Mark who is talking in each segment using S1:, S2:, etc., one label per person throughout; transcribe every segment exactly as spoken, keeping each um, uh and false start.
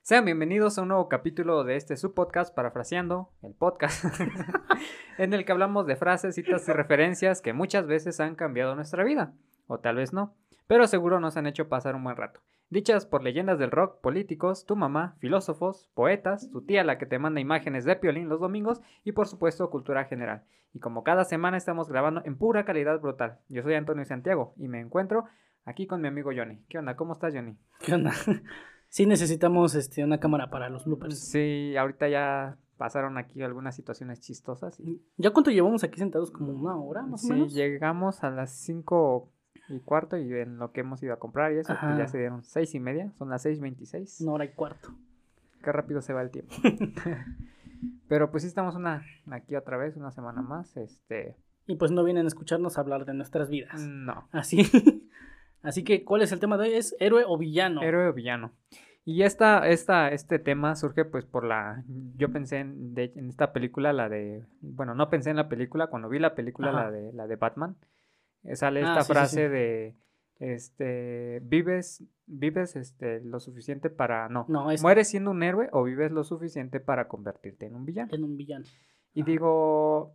S1: Sean bienvenidos a un nuevo capítulo de este subpodcast Parafraseando, el podcast, en el que hablamos de frases, citas y referencias que muchas veces han cambiado nuestra vida, o tal vez no, pero seguro nos han hecho pasar un buen rato. Dichas por leyendas del rock, políticos, tu mamá, filósofos, poetas, tu tía la que te manda imágenes de Piolín los domingos y por supuesto cultura general. Y como cada semana estamos grabando en pura calidad brutal. Yo soy Antonio Santiago y me encuentro aquí con mi amigo Johnny. ¿Qué onda? ¿Cómo estás, Johnny?
S2: ¿Qué onda? Sí necesitamos este, una cámara para los bloopers.
S1: Sí, ahorita ya pasaron aquí algunas situaciones chistosas. Y...
S2: ¿Ya cuánto llevamos aquí sentados? ¿Como una hora más
S1: sí,
S2: o menos?
S1: Sí, llegamos a las cinco y cuarto y en lo que hemos ido a comprar y eso, pues ya se dieron seis y media, son las seis veintiséis.
S2: Una hora y cuarto.
S1: Qué rápido se va el tiempo. Pero pues sí estamos una aquí otra vez, una semana más. Este...
S2: Y pues no vienen a escucharnos hablar de nuestras vidas.
S1: No.
S2: Así, así que, ¿cuál es el tema de hoy? ¿Es héroe o villano?
S1: Héroe o villano. Y esta, esta, este tema surge pues por la... Yo pensé en, de, en esta película, la de... Bueno, no pensé en la película, cuando vi la película, Ajá. la de la de Batman, eh, sale esta ah, sí, frase sí, sí. de... Este... Vives, vives este, lo suficiente para... No, no es... ¿mueres siendo un héroe o vives lo suficiente para convertirte en un villano?
S2: En un villano.
S1: Y Ajá. digo...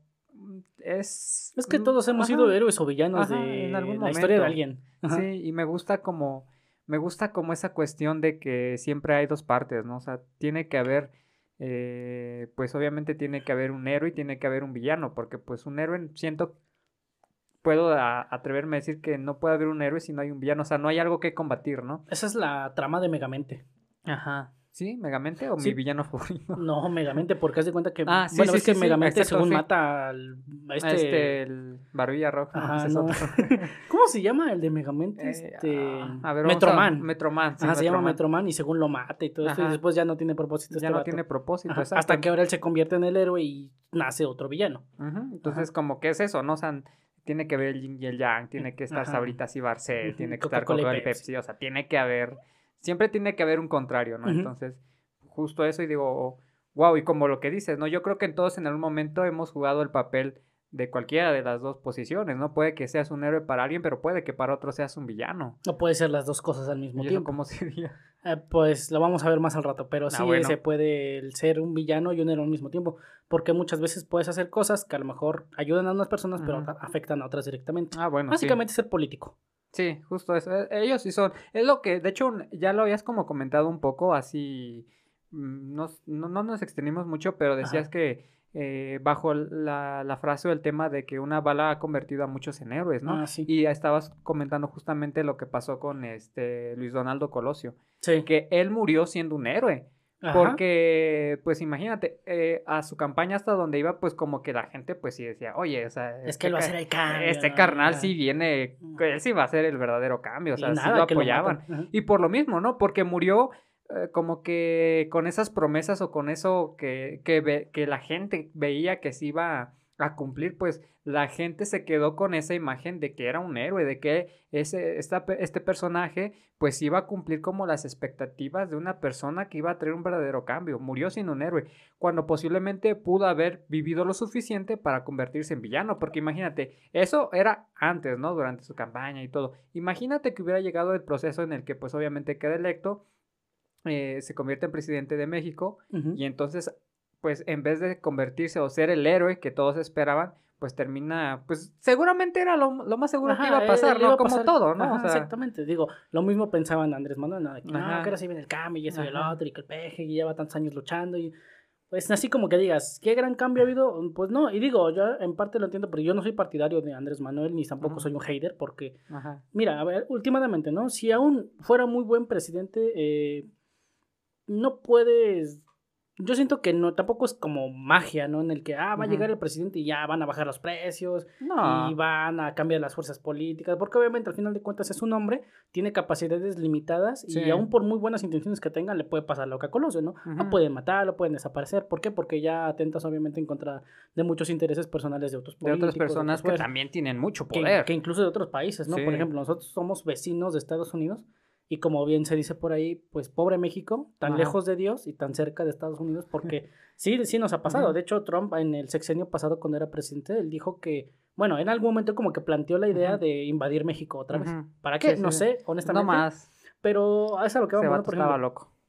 S1: Es...
S2: Es que todos hemos Ajá. sido héroes o villanos Ajá, de
S1: en algún
S2: la
S1: momento.
S2: historia de alguien.
S1: Ajá. Sí, y me gusta como... Me gusta como esa cuestión de que siempre hay dos partes, ¿no? O sea, tiene que haber, eh, pues obviamente tiene que haber un héroe y tiene que haber un villano, porque pues un héroe, siento, puedo a, atreverme a decir que no puede haber un héroe si no hay un villano, o sea, no hay algo que combatir, ¿no?
S2: Esa es la trama de Megamente.
S1: Ajá. ¿Sí? ¿Megamente o sí. mi villano favorito?
S2: No, Megamente, porque haz de cuenta que...
S1: Ah, sí,
S2: bueno,
S1: sí,
S2: es que
S1: sí,
S2: Megamente
S1: exacto,
S2: según
S1: sí.
S2: mata al... A este...
S1: A este, el Barbilla Roja.
S2: Ajá,
S1: no,
S2: no.
S1: es
S2: ¿Cómo se llama el de Megamente?
S1: Eh,
S2: este...
S1: a ver,
S2: Metroman.
S1: A... Metroman, sí,
S2: Ajá,
S1: Metroman.
S2: se llama Metroman y según lo mata y todo esto, y después ya no tiene propósito.
S1: Ya
S2: este
S1: no
S2: vato.
S1: tiene propósito,
S2: Ajá, hasta que ahora él se convierte en el héroe y nace otro villano.
S1: Uh-huh. Entonces, Ajá. como que es eso, ¿no? O sea, tiene que ver el yin y el yang, tiene que estar Ajá. Sabritas y Barcel, uh-huh. tiene que estar Coca-Cola y Pepsi. Pepsi, o sea, tiene que haber, siempre tiene que haber un contrario, ¿no? Uh-huh. Entonces, justo eso y digo, wow, y como lo que dices, ¿no? Yo creo que todos en algún momento hemos jugado el papel de cualquiera de las dos posiciones, ¿no? Puede que seas un héroe para alguien, pero puede que para otro seas un villano.
S2: No puede ser las dos cosas al mismo
S1: ¿Y
S2: tiempo.
S1: eso cómo sería?
S2: Eh, pues lo vamos a ver más al rato, pero sí ah, bueno. se puede ser un villano y un héroe al mismo tiempo, porque muchas veces puedes hacer cosas que a lo mejor ayudan a unas personas, uh-huh. pero afectan a otras directamente.
S1: Ah, bueno,
S2: Básicamente
S1: sí.
S2: ser político.
S1: Sí, justo eso. Ellos sí son. Es lo que, de hecho, ya lo habías como comentado un poco, así... Nos, no, no nos extendimos mucho, pero decías Ajá. que eh, bajo la, la frase o el tema de que una bala ha convertido a muchos en héroes, ¿no?
S2: Ah, sí.
S1: Y estabas comentando justamente lo que pasó con este Luis Donaldo Colosio,
S2: sí.
S1: que él murió siendo un héroe. Ajá. Porque, pues imagínate, eh, a su campaña hasta donde iba, pues como que la gente, pues sí decía, oye, o sea...
S2: Es que él va a hacer el cambio.
S1: Este
S2: ¿no?
S1: carnal sí viene, él sí va a hacer el verdadero cambio, o sea, sí lo apoyaban.
S2: Lo
S1: y por lo mismo, ¿no? Porque murió... Eh, como que con esas promesas o con eso que, que, ve, que la gente veía que se iba a, a cumplir, pues la gente se quedó con esa imagen de que era un héroe, de que ese, esta, este personaje pues iba a cumplir como las expectativas de una persona que iba a traer un verdadero cambio. Murió siendo un héroe, cuando posiblemente pudo haber vivido lo suficiente para convertirse en villano, porque imagínate, eso era antes, ¿no? Durante su campaña y todo. Imagínate que hubiera llegado el proceso en el que pues obviamente queda electo, Eh, se convierte en presidente de México uh-huh. y entonces pues en vez de convertirse o ser el héroe que todos esperaban, pues termina, pues seguramente era lo, lo más seguro Ajá, que iba a pasar, ¿no? A como pasar, todo, ¿no?
S2: Ajá,
S1: o sea,
S2: exactamente, digo, lo mismo pensaban Andrés Manuel, ¿no? De que, no, que ahora sí viene el cambio y eso y el otro y que el peje y lleva tantos años luchando y pues así como que digas, ¿qué gran cambio ha habido? Pues no, y digo, yo en parte lo entiendo, pero yo no soy partidario de Andrés Manuel ni tampoco uh-huh. soy un hater porque, Ajá. mira, a ver, últimamente, ¿no? Si aún fuera muy buen presidente, eh, no puedes, yo siento que no, tampoco es como magia, ¿no? En el que, ah, va uh-huh. a llegar el presidente y ya van a bajar los precios no. y van a cambiar las fuerzas políticas, porque obviamente al final de cuentas es un hombre, tiene capacidades limitadas sí. y aún por muy buenas intenciones que tenga le puede pasar lo que a Colosio, ¿no? Uh-huh. Lo pueden matar, lo pueden desaparecer, ¿por qué? Porque ya atentas obviamente en contra de muchos intereses personales de otros políticos.
S1: De otras personas de otros, que también tienen mucho poder.
S2: Que, que incluso de otros países, ¿no? Sí. Por ejemplo, nosotros somos vecinos de Estados Unidos. Y como bien se dice por ahí, pues pobre México, tan Ajá. lejos de Dios y tan cerca de Estados Unidos, porque sí, sí nos ha pasado. Ajá. De hecho, Trump en el sexenio pasado cuando era presidente, él dijo que, bueno, en algún momento como que planteó la idea Ajá. de invadir México otra vez. Ajá. ¿Para qué? Sí, no sí. sé, honestamente.
S1: No más.
S2: Pero es a lo que vamos,
S1: ¿no?
S2: Por ejemplo,
S1: estaba loco.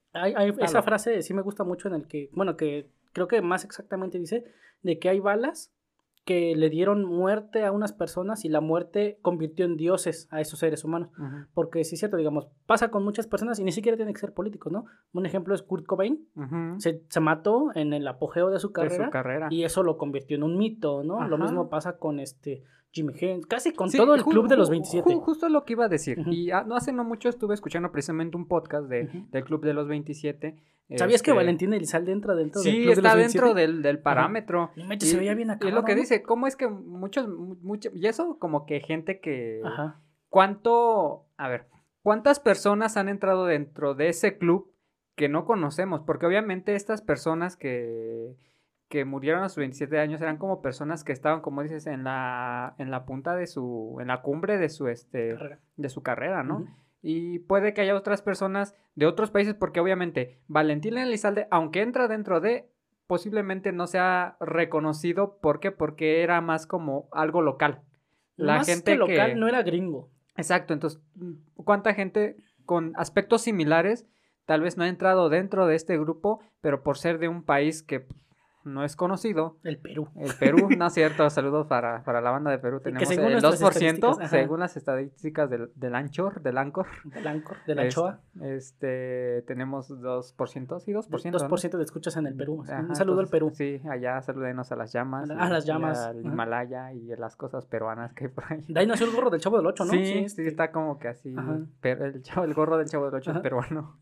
S2: Hay, hay esa frase sí me gusta mucho en el que, bueno, que creo que más exactamente dice de que hay balas que le dieron muerte a unas personas y la muerte convirtió en dioses a esos seres humanos. Uh-huh. Porque sí es cierto, digamos, pasa con muchas personas y ni siquiera tienen que ser políticos, ¿no? Un ejemplo es Kurt Cobain. Uh-huh. Se, se mató en el apogeo de su carrera, de su carrera y eso lo convirtió en un mito, ¿no? Uh-huh. Lo mismo pasa con este Jimi Hendrix, casi con sí, todo el ju- club de los veintisiete.
S1: Ju- justo lo que iba a decir. Uh-huh. Y no hace no mucho estuve escuchando precisamente un podcast de, uh-huh. del club de los veintisiete.
S2: ¿Sabías este... que Valentín Elizalde entra dentro
S1: sí,
S2: del club
S1: está
S2: de los
S1: dentro del, del parámetro?
S2: No y, se veía bien acabado.
S1: Y es lo que dice, ¿cómo es que muchos, muchos, y eso como que gente que, Ajá. ¿cuánto, a ver, cuántas personas han entrado dentro de ese club que no conocemos? Porque obviamente estas personas que, que murieron a sus veintisiete años eran como personas que estaban, como dices, en la, en la punta de su, en la cumbre de su, este, carrera. de su carrera, ¿no? Uh-huh. Y puede que haya otras personas de otros países, porque obviamente Valentín Elizalde, aunque entra dentro de, posiblemente no sea reconocido. ¿Por qué? Porque era más como algo local.
S2: La más gente que local que... no era gringo.
S1: Exacto, entonces, ¿cuánta gente con aspectos similares tal vez no ha entrado dentro de este grupo, pero por ser de un país que no es conocido?
S2: El Perú.
S1: El Perú, no es cierto, saludos para, para la banda de Perú. Tenemos el dos por ciento, según las estadísticas del, del Anchor, del Anchor.
S2: Del Anchor, de la Anchoa.
S1: Este, tenemos dos por ciento, sí, dos por ciento.
S2: dos por ciento, ¿no? De escuchas en el Perú. Ajá, un saludo entonces, al Perú.
S1: Sí, allá saludenos a las llamas.
S2: A, a las llamas.
S1: Al Himalaya y a las cosas peruanas que hay por ahí.
S2: De ahí nació el gorro del Chavo del Ocho, ¿no?
S1: Sí, sí, sí está como que así. Pero el, chavo, el gorro del Chavo del Ocho Ajá. es peruano.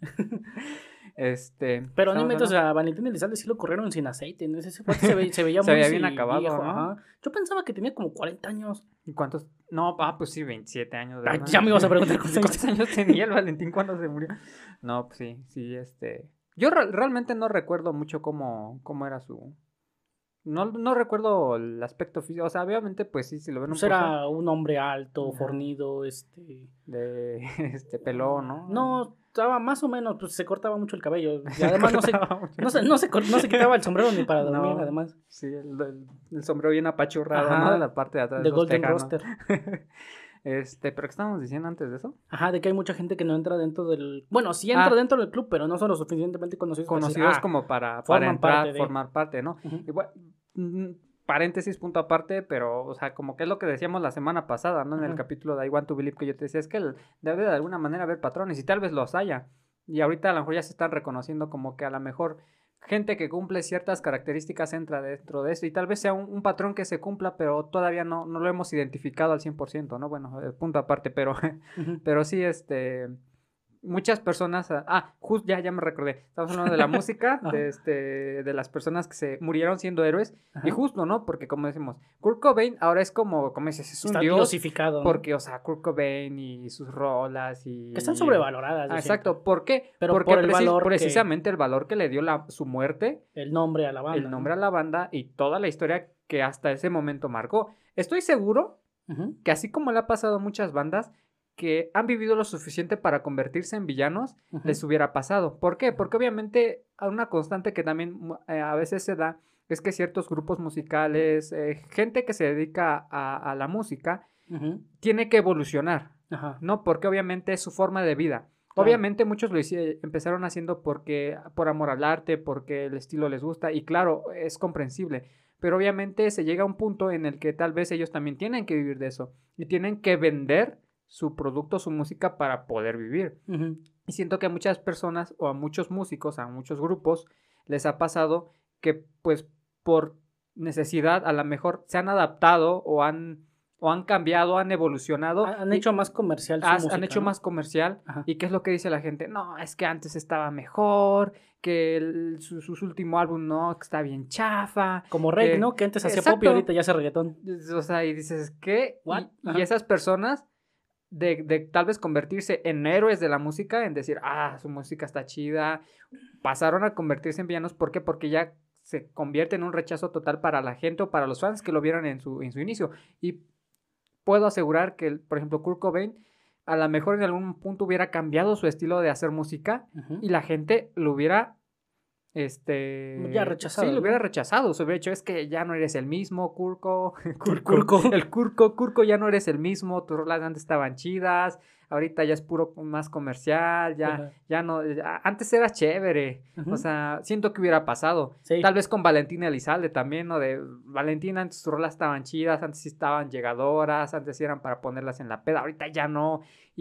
S1: Este,
S2: pero no inventes, a Valentín Elizalde sí lo corrieron sin aceite, ¿no? Ese se, ve, se veía
S1: se
S2: muy
S1: veía bien acabado,
S2: viejo,
S1: ¿no?
S2: Ajá. Yo pensaba que tenía como cuarenta años.
S1: ¿Y cuántos? No, ah, pues sí, veintisiete años.
S2: Ay, ya me ibas a preguntar
S1: cuántos, ¿cuántos años tenía el Valentín cuando se murió? No, pues sí, sí, este... Yo re- realmente no recuerdo mucho cómo, cómo era su... No, no recuerdo el aspecto físico, o sea, obviamente, pues sí, si lo ven
S2: pues
S1: un poco...
S2: era un hombre alto, fornido, este...
S1: De, este, pelón, ¿no?
S2: No, estaba más o menos, pues se cortaba mucho el cabello, y además no se, no, se, no, se, no se quitaba el sombrero ni para dormir, no, además.
S1: Sí, el, el, el sombrero bien apachurrado, Ajá, ¿no? De la parte de atrás.
S2: De Golden Roster.
S1: Este, ¿pero qué estábamos diciendo antes de eso?
S2: Ajá, de que hay mucha gente que no entra dentro del... Bueno, sí entra ah, dentro del club, pero no son lo suficientemente conocidos.
S1: Conocidos
S2: para decir, ah,
S1: como para, para entrar,
S2: parte de...
S1: formar parte, ¿no? Uh-huh. Igual, mm, paréntesis, punto aparte, pero, o sea, como que es lo que decíamos la semana pasada, ¿no? En uh-huh. el capítulo de I Want to Believe, que yo te decía, es que el, debe de alguna manera haber patrones, y tal vez los haya. Y ahorita a lo mejor ya se están reconociendo como que a lo mejor gente que cumple ciertas características entra dentro de eso, y tal vez sea un, un patrón que se cumpla, pero todavía no, no lo hemos identificado al cien por ciento, ¿no? Bueno, punto aparte, pero, uh-huh. pero sí, este... muchas personas, ah, justo ya, ya me recordé, estamos hablando de la música, de este, de las personas que se murieron siendo héroes, Ajá. y justo, ¿no? Porque como decimos, Kurt Cobain ahora es como, como dices, es un
S2: Está
S1: dios,
S2: diosificado, ¿no?
S1: Porque, o sea, Kurt Cobain y sus rolas y...
S2: Que están sobrevaloradas.
S1: Ah, exacto, ¿por qué?
S2: Pero
S1: porque
S2: por el
S1: precis-
S2: valor
S1: precisamente
S2: que...
S1: el valor que le dio la, su muerte,
S2: el nombre a la banda,
S1: el nombre ¿no? a la banda y toda la historia que hasta ese momento marcó. Estoy seguro uh-huh. que así como le ha pasado a muchas bandas, que han vivido lo suficiente para convertirse en villanos, uh-huh. les hubiera pasado. ¿Por qué? Porque obviamente una constante que también eh, a veces se da es que ciertos grupos musicales, eh, gente que se dedica a, a la música, uh-huh. tiene que evolucionar, uh-huh. ¿no? Porque obviamente es su forma de vida. Claro. Obviamente muchos lo hice, empezaron haciendo porque por amor al arte, porque el estilo les gusta, y claro, es comprensible. Pero obviamente se llega a un punto en el que tal vez ellos también tienen que vivir de eso, y tienen que vender su producto, su música para poder vivir. Uh-huh. Y siento que a muchas personas o a muchos músicos, a muchos grupos les ha pasado que pues por necesidad a lo mejor se han adaptado o han, o han cambiado, han evolucionado.
S2: Han hecho más comercial su
S1: has,
S2: música,
S1: Han hecho
S2: ¿no?
S1: más comercial. Ajá. ¿Y qué es lo que dice la gente? No, es que antes estaba mejor, que el, su, su último álbum no, que está bien chafa.
S2: Como Rey, que, ¿no? Que antes hacía pop y ahorita ya hace reggaetón.
S1: O sea, y dices, ¿qué? Y, y esas personas... De, de tal vez convertirse en héroes de la música, en decir, ah, su música está chida, pasaron a convertirse en villanos. ¿Por qué? Porque ya se convierte en un rechazo total para la gente o para los fans que lo vieron en su, en su inicio. Y puedo asegurar que, por ejemplo, Kurt Cobain a lo mejor en algún punto hubiera cambiado su estilo de hacer música, uh-huh. y la gente lo hubiera este...
S2: Ya rechazado.
S1: Sí, lo
S2: ¿no?
S1: hubiera rechazado. Se hubiera dicho, es que ya no eres el mismo, Curco.
S2: Curco. Curco.
S1: El Curco, Curco, ya no eres el mismo. Tus rolas antes estaban chidas. Ahorita ya es puro más comercial. Ya, uh-huh. ya no... Ya, antes era chévere. Uh-huh. O sea, siento que hubiera pasado. Sí. Tal vez con Valentina Elizalde también, ¿no? De Valentina, antes tus rolas estaban chidas. Antes sí estaban llegadoras. Antes eran para ponerlas en la peda. Ahorita ya no.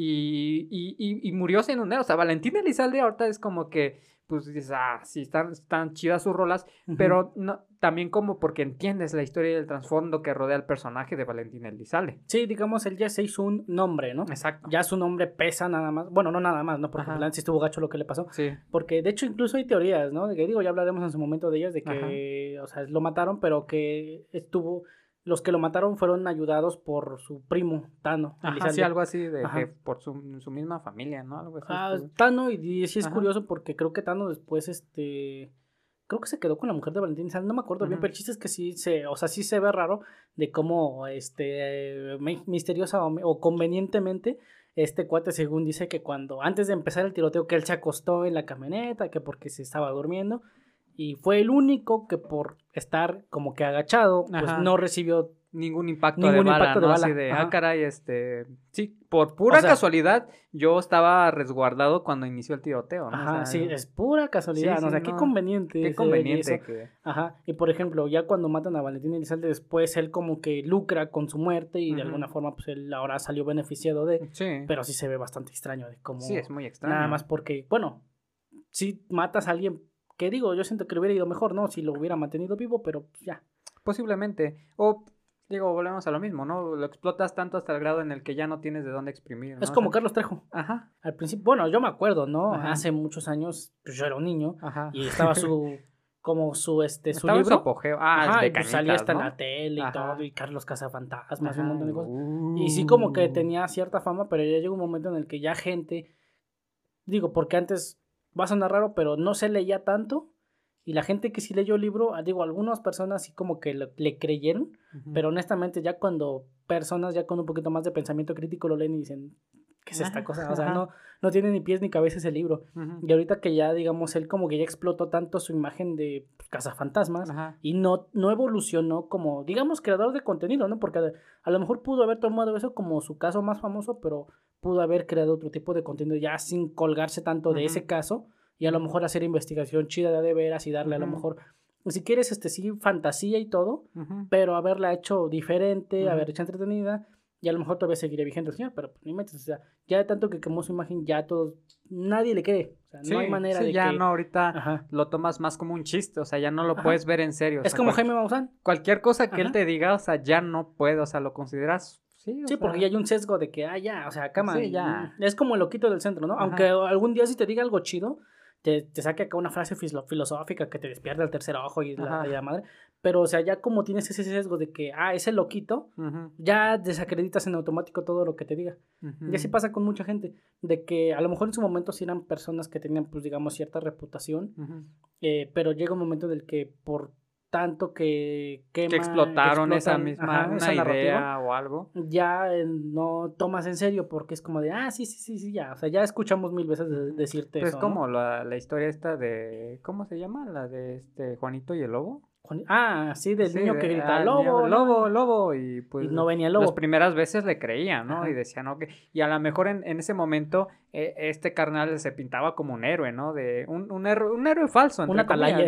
S1: Y, y, y, y murió siendo un negro. O sea, Valentina Elizalde ahorita es como que... pues dices, ah, sí, están, están chidas sus rolas, uh-huh. pero no, también como porque entiendes la historia y el trasfondo que rodea al personaje de Valentina Elizalde.
S2: Sí, digamos, él ya se hizo un nombre, ¿no?
S1: Exacto.
S2: Ya su nombre pesa nada más, bueno, no nada más, ¿no? Porque plan sí estuvo gacho lo que le pasó.
S1: Sí.
S2: Porque, de hecho, incluso hay teorías, ¿no? De que, digo, ya hablaremos en su momento de ellas, de que, Ajá. o sea, lo mataron, pero que estuvo... Los que lo mataron fueron ayudados por su primo, Tano.
S1: Ajá, sí, algo así, de Ajá. que por su, su misma familia, ¿no? Algo así.
S2: Ah, Tano, y, y sí es Ajá. curioso porque creo que Tano después, este... Creo que se quedó con la mujer de Valentín Elizalde, no me acuerdo uh-huh. bien, pero el chiste es que sí se... O sea, sí se ve raro de cómo, este... misteriosa o, o convenientemente... Este cuate, según dice que cuando... Antes de empezar el tiroteo, que él se acostó en la camioneta, que porque se estaba durmiendo... Y fue el único que por estar como que agachado, Ajá. pues no recibió
S1: ningún impacto
S2: ningún
S1: de bala,
S2: impacto
S1: ¿no?
S2: de bala.
S1: Así de, ah, caray, este... Sí, por pura o sea, casualidad, yo estaba resguardado cuando inició el tiroteo, ¿no?
S2: Ajá,
S1: o sea,
S2: sí, es pura casualidad, sí, sí, o sea,
S1: no,
S2: qué conveniente.
S1: Qué conveniente que...
S2: Ajá, y por ejemplo, ya cuando matan a Valentín Elizalde, después él como que lucra con su muerte y uh-huh. de alguna forma, pues él ahora salió beneficiado de...
S1: Sí.
S2: Pero sí se ve bastante extraño de cómo...
S1: Sí, es muy extraño.
S2: Nada más porque, bueno, si matas a alguien... Que digo, yo siento que le hubiera ido mejor, ¿no? Si lo hubiera mantenido vivo, pero pues, ya.
S1: Posiblemente. O, digo, volvemos a lo mismo, ¿no? Lo explotas tanto hasta el grado en el que ya no tienes de dónde exprimir, ¿no?
S2: Es como
S1: o sea,
S2: Carlos Trejo.
S1: Ajá.
S2: Al principio, bueno, yo me acuerdo, ¿no?
S1: Ajá.
S2: Hace muchos años, pues yo era un niño.
S1: Ajá.
S2: Y estaba su... como su, este, su
S1: estaba
S2: libro.
S1: En su apogeo. Ah,
S2: Ajá,
S1: de
S2: y pues
S1: cañitas,
S2: salía hasta
S1: ¿no?
S2: en la tele y
S1: Ajá.
S2: todo, y Carlos Cazafantasmas
S1: Ajá.
S2: y un montón de cosas.
S1: Uh.
S2: Y sí como que tenía cierta fama, pero ya llegó un momento en el que ya gente... Digo, porque antes... Va a sonar raro, pero no se leía tanto... Y la gente que sí leyó el libro, digo, algunas personas sí como que le, le creyeron, uh-huh. pero honestamente ya cuando personas ya con un poquito más de pensamiento crítico lo leen y dicen, ¿qué es esta cosa? O sea, no, no tiene ni pies ni cabeza ese libro. Uh-huh. Y ahorita que ya, digamos, él como que ya explotó tanto su imagen de pues, cazafantasmas uh-huh. y no, no evolucionó como, digamos, creador de contenido, ¿no? Porque a, a lo mejor pudo haber tomado eso como su caso más famoso, pero pudo haber creado otro tipo de contenido ya sin colgarse tanto uh-huh. de ese caso. Y a lo mejor hacer investigación chida de, de veras y darle uh-huh. a lo mejor, si quieres, este sí, fantasía y todo, uh-huh. pero haberla hecho diferente, uh-huh. haber hecho entretenida, y a lo mejor todavía seguiría vigente el señor, pero pues, ni metes, o sea, ya de tanto que quemó su imagen, ya todos, nadie le cree, o sea,
S1: sí,
S2: no hay manera
S1: sí,
S2: de
S1: ya
S2: que...
S1: no, ahorita
S2: Ajá.
S1: lo tomas más como un chiste, o sea, ya no lo
S2: Ajá.
S1: puedes ver en serio.
S2: Es
S1: o sea,
S2: como
S1: cual...
S2: Jaime Maussan.
S1: Cualquier cosa que
S2: Ajá.
S1: él te diga, o sea, ya no puede, o sea, lo consideras... Sí,
S2: sí
S1: sea...
S2: porque ya hay un sesgo de que, ah, ya, o sea, cama,
S1: sí, ya.
S2: Es como el loquito del centro, ¿no? Ajá. Aunque algún día si te diga algo chido, Te, te saque acá una frase filosófica que te despierta el tercer ojo y la, y la madre. Pero, o sea, ya como tienes ese sesgo de que, ah, ese loquito, uh-huh. ya desacreditas en automático todo lo que te diga. Uh-huh. Y así pasa con mucha gente. De que a lo mejor en su momento sí eran personas que tenían, pues, digamos, cierta reputación. Uh-huh. Eh, pero llega un momento en el que por tanto que quema,
S1: que explotaron
S2: que
S1: esa misma
S2: ajá,
S1: una
S2: esa
S1: idea o algo,
S2: ya eh, no tomas en serio porque es como de, ah, sí, sí, sí, sí, ya, o sea, ya escuchamos mil veces de, decirte
S1: pues
S2: eso,
S1: es como
S2: ¿no?
S1: la, la historia esta de, ¿cómo se llama? La de este Juanito y el Lobo.
S2: Ah, sí, del sí, niño de, que grita,
S1: ah,
S2: lobo,
S1: lobo, lobo, y pues
S2: y no venía el lobo.
S1: Las primeras veces le creían, ¿no? Ajá. Y decían, ok, y a lo mejor en, en ese momento eh, este carnal se pintaba como un héroe, ¿no? De un, un, héroe, un héroe falso.
S2: Una atalaya.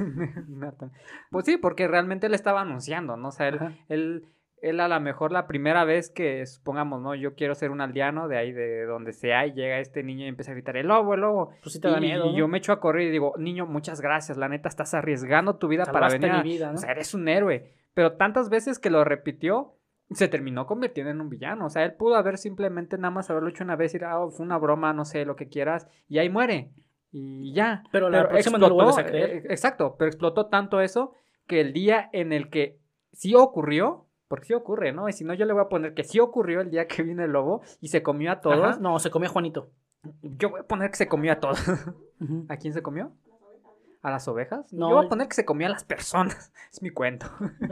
S1: Pues sí, porque realmente él estaba anunciando, ¿no? O sea, él, él, él a lo mejor la primera vez que, supongamos, ¿no? Yo quiero ser un aldeano de ahí, de donde sea, y llega este niño y empieza a gritar, el lobo, el lobo.
S2: Pues sí te da
S1: y,
S2: miedo,
S1: y
S2: ¿no?
S1: yo me echo a correr y digo, niño, muchas gracias, la neta, estás arriesgando tu vida
S2: Salvaste
S1: para venir a...
S2: mi vida, ¿no?
S1: O sea, eres un héroe. Pero tantas veces que lo repitió, se terminó convirtiendo en un villano. O sea, él pudo haber simplemente nada más haberlo hecho una vez y decir, ah, fue una broma, no sé, lo que quieras, y ahí muere. Y ya.
S2: Pero la pero próxima explotó, no lo vuelves a creer.
S1: Eh, exacto, pero explotó tanto eso que el día en el que sí ocurrió, porque sí ocurre, ¿no? Y si no, yo le voy a poner que sí ocurrió el día que vino el lobo y se comió a todos.
S2: Ajá, no, se comió a Juanito.
S1: Yo voy a poner que se comió a todos. Uh-huh. ¿A quién se comió? ¿A las ovejas?
S2: No.
S1: Yo voy a poner que se comió a las personas. Es mi cuento.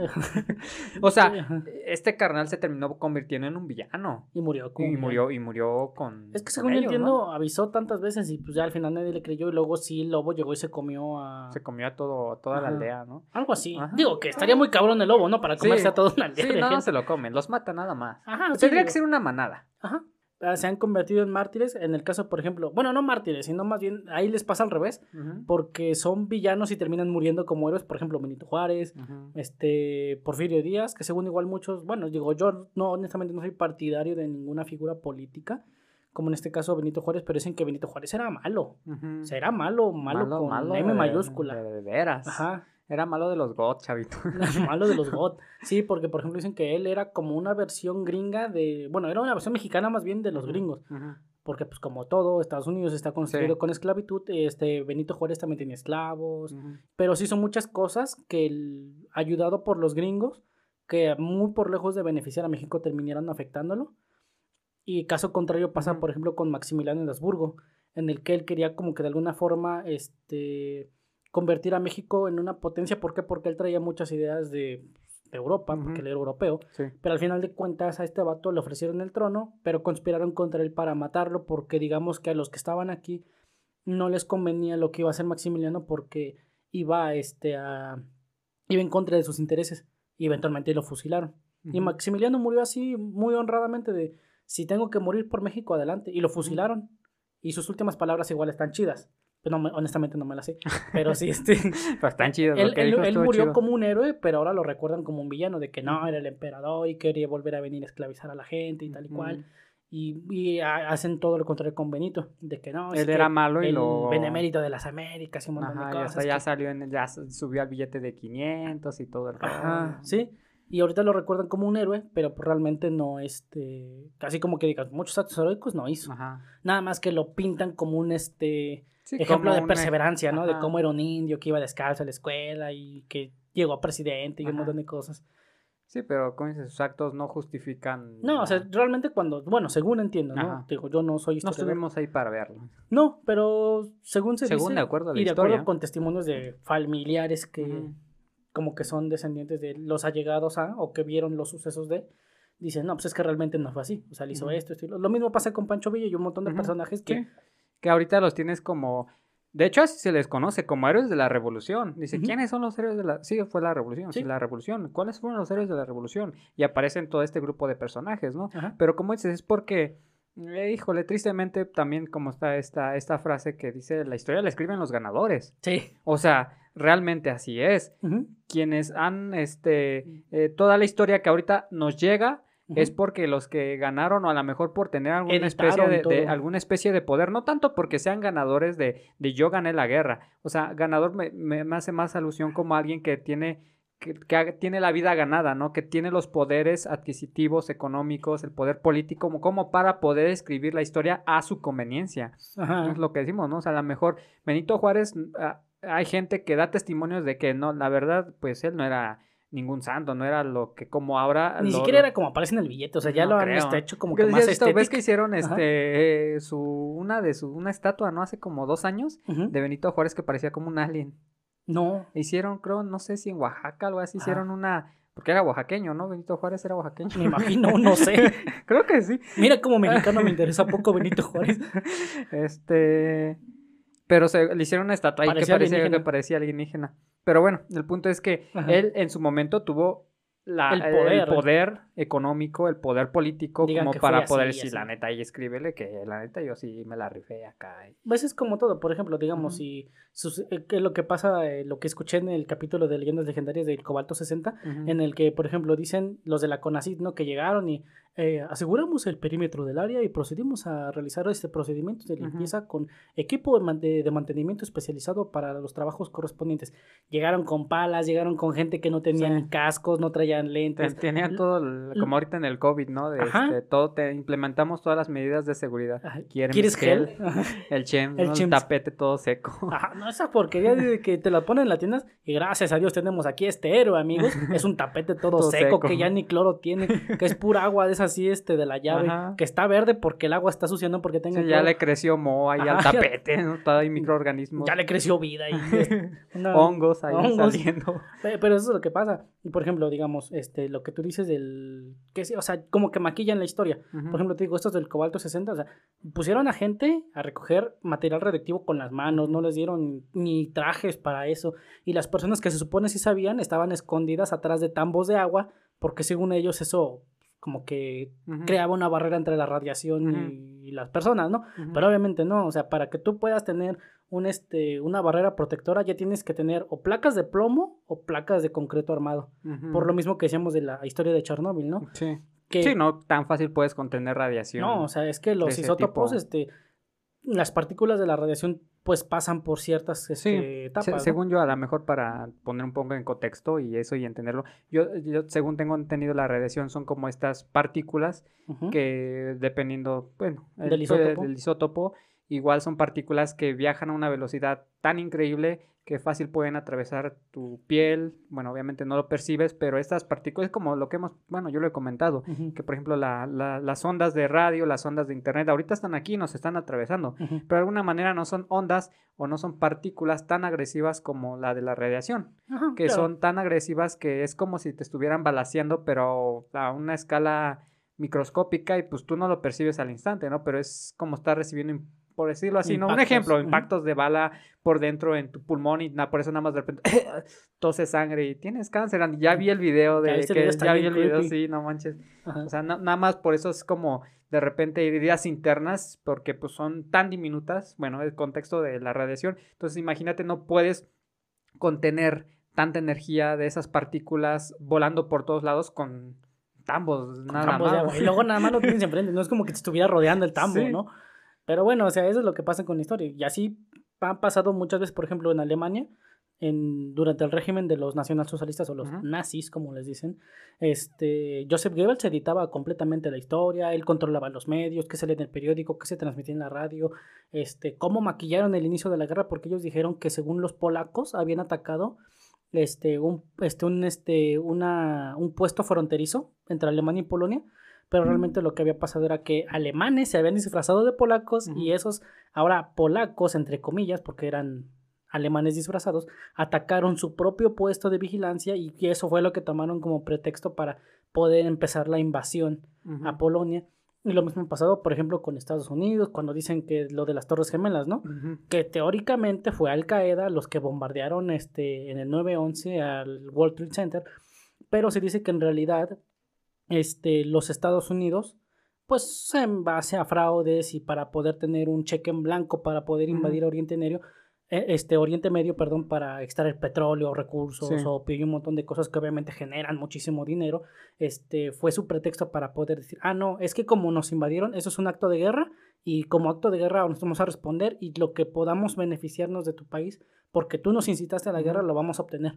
S1: O sea, este carnal se terminó convirtiendo en un villano.
S2: Y murió.
S1: Y murió, y murió con.
S2: Es que según yo entiendo, ¿no? Avisó tantas veces y pues ya al final nadie le creyó. Y luego sí, el lobo llegó y se comió a.
S1: Se comió a todo, toda Ajá. la aldea, ¿no?
S2: Algo así. Ajá. Digo que estaría muy cabrón el lobo, ¿no? Para comerse sí. a toda una aldea.
S1: Sí,
S2: de
S1: no,
S2: gente.
S1: no se lo comen, los mata nada más.
S2: Ajá.
S1: Pues sí, tendría
S2: digo.
S1: que ser una manada.
S2: Ajá. Se han convertido en mártires, en el caso, por ejemplo, bueno, no mártires, sino más bien, ahí les pasa al revés, uh-huh. porque son villanos y terminan muriendo como héroes, por ejemplo, Benito Juárez, uh-huh. este, Porfirio Díaz, que según igual muchos, bueno, digo, yo no, honestamente no soy partidario de ninguna figura política, como en este caso Benito Juárez, pero dicen que Benito Juárez era malo, uh-huh. o sea, era malo, malo, malo con malo M de, mayúscula.
S1: De, de veras.
S2: Ajá.
S1: Era malo de los G O T, chavito.
S2: Malo de los G O T. Sí, porque por ejemplo dicen que él era como una versión gringa de... Bueno, era una versión mexicana más bien de los uh-huh. gringos. Uh-huh. Porque pues como todo, Estados Unidos está construido sí. con esclavitud. Este, Benito Juárez también tenía esclavos. Uh-huh. Pero sí son muchas cosas que el, ayudado por los gringos, que muy por lejos de beneficiar a México terminaron afectándolo. Y caso contrario pasa, uh-huh. por ejemplo, con Maximiliano de Habsburgo, en el que él quería como que de alguna forma... este convertir a México en una potencia. ¿Por qué? Porque él traía muchas ideas de, de Europa, uh-huh. porque él era europeo,
S1: sí.
S2: pero al final de cuentas a este vato le ofrecieron el trono, pero conspiraron contra él para matarlo, porque digamos que a los que estaban aquí no les convenía lo que iba a hacer Maximiliano, porque iba, este, a, iba en contra de sus intereses, y eventualmente lo fusilaron. Uh-huh. Y Maximiliano murió así, muy honradamente, de si tengo que morir por México, adelante, y lo fusilaron, uh-huh. y sus últimas palabras igual están chidas. No, honestamente no me la sé, pero sí, este...
S1: Pues están chidos.
S2: Él, él, él murió chido. Como un héroe, pero ahora lo recuerdan como un villano, de que no, era el emperador y quería volver a venir a esclavizar a la gente y tal y cual. Mm. Y, y hacen todo lo contrario con Benito, de que no, es
S1: él
S2: que
S1: era malo y
S2: el
S1: lo...
S2: benemérito de las Américas y un montón
S1: Ajá,
S2: de cosas.
S1: Ya, ya
S2: que...
S1: salió, en, ya subió al billete de quinientos y todo el rollo.
S2: Ajá, sí. Y ahorita lo recuerdan como un héroe, pero pues realmente no, este... Casi como que digas, muchos actos heroicos no hizo.
S1: Ajá.
S2: Nada más que lo pintan como un, este... Sí, ejemplo de perseverancia, ¿no? Ajá. De cómo era un indio que iba descalzo a la escuela y que llegó a presidente y Ajá. un montón de cosas.
S1: Sí, pero como dices, sus actos no justifican...
S2: No, o sea, realmente cuando... Bueno, según entiendo, ¿no? Ajá. Digo, yo no soy historiador.
S1: No estuvimos ahí para verlo.
S2: No, pero según se
S1: según
S2: dice...
S1: de acuerdo a la
S2: y de
S1: historia.
S2: acuerdo con testimonios de familiares que... Uh-huh. Como que son descendientes de los allegados a... O que vieron los sucesos de... Dicen, no, pues es que realmente no fue así. O sea, le hizo uh-huh. esto, esto y lo... lo mismo pasa con Pancho Villa y un montón de uh-huh. personajes que...
S1: Sí. Que ahorita los tienes como... De hecho, así se les conoce como héroes de la revolución. Dice, uh-huh. ¿quiénes son los héroes de la...? Sí, fue la revolución, sí. sí, la revolución. ¿Cuáles fueron los héroes de la revolución? Y aparecen todo este grupo de personajes, ¿no? Uh-huh. Pero como dices, es porque... Eh, híjole, tristemente también como está esta, esta frase que dice, la historia la escriben los ganadores.
S2: Sí.
S1: O sea, realmente así es. Uh-huh. Quienes han, este... Eh, toda la historia que ahorita nos llega... Uh-huh. Es porque los que ganaron o a lo mejor por tener alguna Editaron especie de, de alguna especie de poder, no tanto porque sean ganadores de, de yo gané la guerra, o sea, ganador me, me, me hace más alusión como alguien que tiene que, que tiene la vida ganada, ¿no? Que tiene los poderes adquisitivos, económicos, el poder político, como, como para poder escribir la historia a su conveniencia. Ajá. Es lo que decimos, ¿no? O sea, a lo mejor Benito Juárez, uh, hay gente que da testimonios de que no, la verdad, pues él no era ningún santo, no era lo que como ahora...
S2: Ni
S1: lo,
S2: siquiera era como aparece en el billete, o sea, ya no lo creo. Han hecho como que más estético.
S1: ¿Ves que hicieron este eh, su una de su una estatua, no? Hace como dos años, uh-huh. de Benito Juárez que parecía como un alien.
S2: No.
S1: Hicieron, creo, no sé si en Oaxaca o algo así, ah. hicieron una... Porque era oaxaqueño, ¿no? Benito Juárez era oaxaqueño.
S2: Me imagino, no sé.
S1: Creo que sí.
S2: Mira, como mexicano me interesa poco Benito Juárez.
S1: Este... Pero se le hicieron una estatua ahí que parecía, que parecía alienígena. Pero bueno, el punto es que Ajá. él en su momento tuvo la, el, poder, el poder económico, el poder político, Digan como para poder decir, sí, la neta, y escríbele que la neta yo sí me la rifé acá.
S2: Pues es como todo, por ejemplo, digamos, uh-huh. si sus, eh, que lo que pasa, eh, lo que escuché en el capítulo de Leyendas Legendarias del Cobalto sesenta, uh-huh. en el que, por ejemplo, dicen los de la CONACYT, ¿no? Que llegaron y eh, aseguramos el perímetro del área y procedimos a realizar este procedimiento de limpieza uh-huh. con equipo de, man- de, de mantenimiento especializado para los trabajos correspondientes. Llegaron con palas, llegaron con gente que no tenían sí. cascos, no traían lentes.
S1: Tenían todo, el, como ahorita en el COVID, ¿no? De este, todo te implementamos todas las medidas de seguridad.
S2: ¿Quieres gel?
S1: El chem, el, ¿no? el tapete todo seco.
S2: Ajá, no, esa porquería de que te la ponen en las tiendas y gracias a Dios tenemos aquí este héroe, amigos. Es un tapete todo, todo seco, seco que ya ni cloro tiene, que es pura agua de esa ves así este de la llave, ajá, que está verde porque el agua está sucia, no porque tenga...
S1: Sí, ya le creció moho ahí al tapete, ¿no? Todo hay microorganismos.
S2: Ya le creció vida y
S1: una, hongos ahí hongos. Saliendo.
S2: Pero eso es lo que pasa. Y por ejemplo, digamos, este, lo que tú dices del... que o sea, como que maquillan la historia. Uh-huh. Por ejemplo, te digo, estos del cobalto sesenta, o sea, pusieron a gente a recoger material radioactivo con las manos, no les dieron ni trajes para eso. Y las personas que se supone sí sabían estaban escondidas atrás de tambos de agua, porque según ellos eso como que uh-huh. creaba una barrera entre la radiación uh-huh. y, y las personas, ¿no? Uh-huh. Pero obviamente no, o sea, para que tú puedas tener un este una barrera protectora ya tienes que tener o placas de plomo o placas de concreto armado. Uh-huh. Por lo mismo que decíamos de la historia de Chernóbil, ¿no?
S1: Sí. Que, sí, no tan fácil puedes contener radiación.
S2: No, o sea, es que los isótopos, este, las partículas de la radiación pues pasan por ciertas este,
S1: sí,
S2: etapas.
S1: Se,
S2: ¿no?
S1: Según yo, a lo mejor para poner un poco en contexto y eso y entenderlo, yo, yo según tengo entendido, la radiación son como estas partículas uh-huh. que dependiendo, bueno, el,
S2: del isótopo.
S1: del isótopo, igual son partículas que viajan a una velocidad tan increíble que fácil pueden atravesar tu piel. Bueno, obviamente no lo percibes, pero estas partículas, como lo que hemos, bueno, yo lo he comentado, uh-huh. que por ejemplo la, la, las ondas de radio, las ondas de internet, ahorita están aquí, nos están atravesando, uh-huh. pero de alguna manera no son ondas o no son partículas tan agresivas como la de la radiación, uh-huh, que claro. son tan agresivas que es como si te estuvieran balaceando, pero a una escala microscópica y pues tú no lo percibes al instante, ¿no? Pero es como estar recibiendo, por decirlo así, impactos, ¿no? Un ejemplo, uh-huh. impactos de bala por dentro en tu pulmón y na, por eso nada más de repente tose sangre y tienes cáncer. Ya vi el video de
S2: ya
S1: que ya vi el video,
S2: creepy.
S1: sí, no manches. Uh-huh. O sea, na, nada más por eso es como de repente heridas internas porque pues son tan diminutas, bueno, el contexto de la radiación. Entonces, imagínate, no puedes contener tanta energía de esas partículas volando por todos lados con tambos,
S2: con
S1: nada
S2: tambos
S1: más.
S2: De agua. Y luego nada más lo tienes enfrente, no es como que te estuviera rodeando el tambo, sí. ¿no? Pero bueno, o sea, eso es lo que pasa con la historia. Y así ha pasado muchas veces, por ejemplo, en Alemania, en, durante el régimen de los nacionalsocialistas o los uh-huh. nazis, como les dicen, este, Joseph Goebbels editaba completamente la historia, él controlaba los medios, qué salía en el periódico, qué se transmitía en la radio, este, cómo maquillaron el inicio de la guerra, porque ellos dijeron que según los polacos habían atacado este, un, este, un, este, una, un puesto fronterizo entre Alemania y Polonia, pero realmente lo que había pasado era que alemanes se habían disfrazado de polacos uh-huh. y esos, ahora polacos, entre comillas, porque eran alemanes disfrazados, atacaron su propio puesto de vigilancia y eso fue lo que tomaron como pretexto para poder empezar la invasión uh-huh. a Polonia. Y lo mismo ha pasado, por ejemplo, con Estados Unidos, cuando dicen que lo de las Torres Gemelas, ¿no? Uh-huh. Que teóricamente fue Al Qaeda los que bombardearon este, en el nueve once al World Trade Center, pero se dice que en realidad Este, los Estados Unidos, pues en base a fraudes y para poder tener un cheque en blanco para poder invadir uh-huh. Oriente Medio, este, Oriente Medio, perdón, para extraer petróleo, recursos, sí. opio y un montón de cosas que obviamente generan muchísimo dinero, este, fue su pretexto para poder decir, ah, no, es que como nos invadieron, eso es un acto de guerra y como acto de guerra nos vamos a responder y lo que podamos beneficiarnos de tu país, porque tú nos incitaste a la uh-huh. guerra, lo vamos a obtener.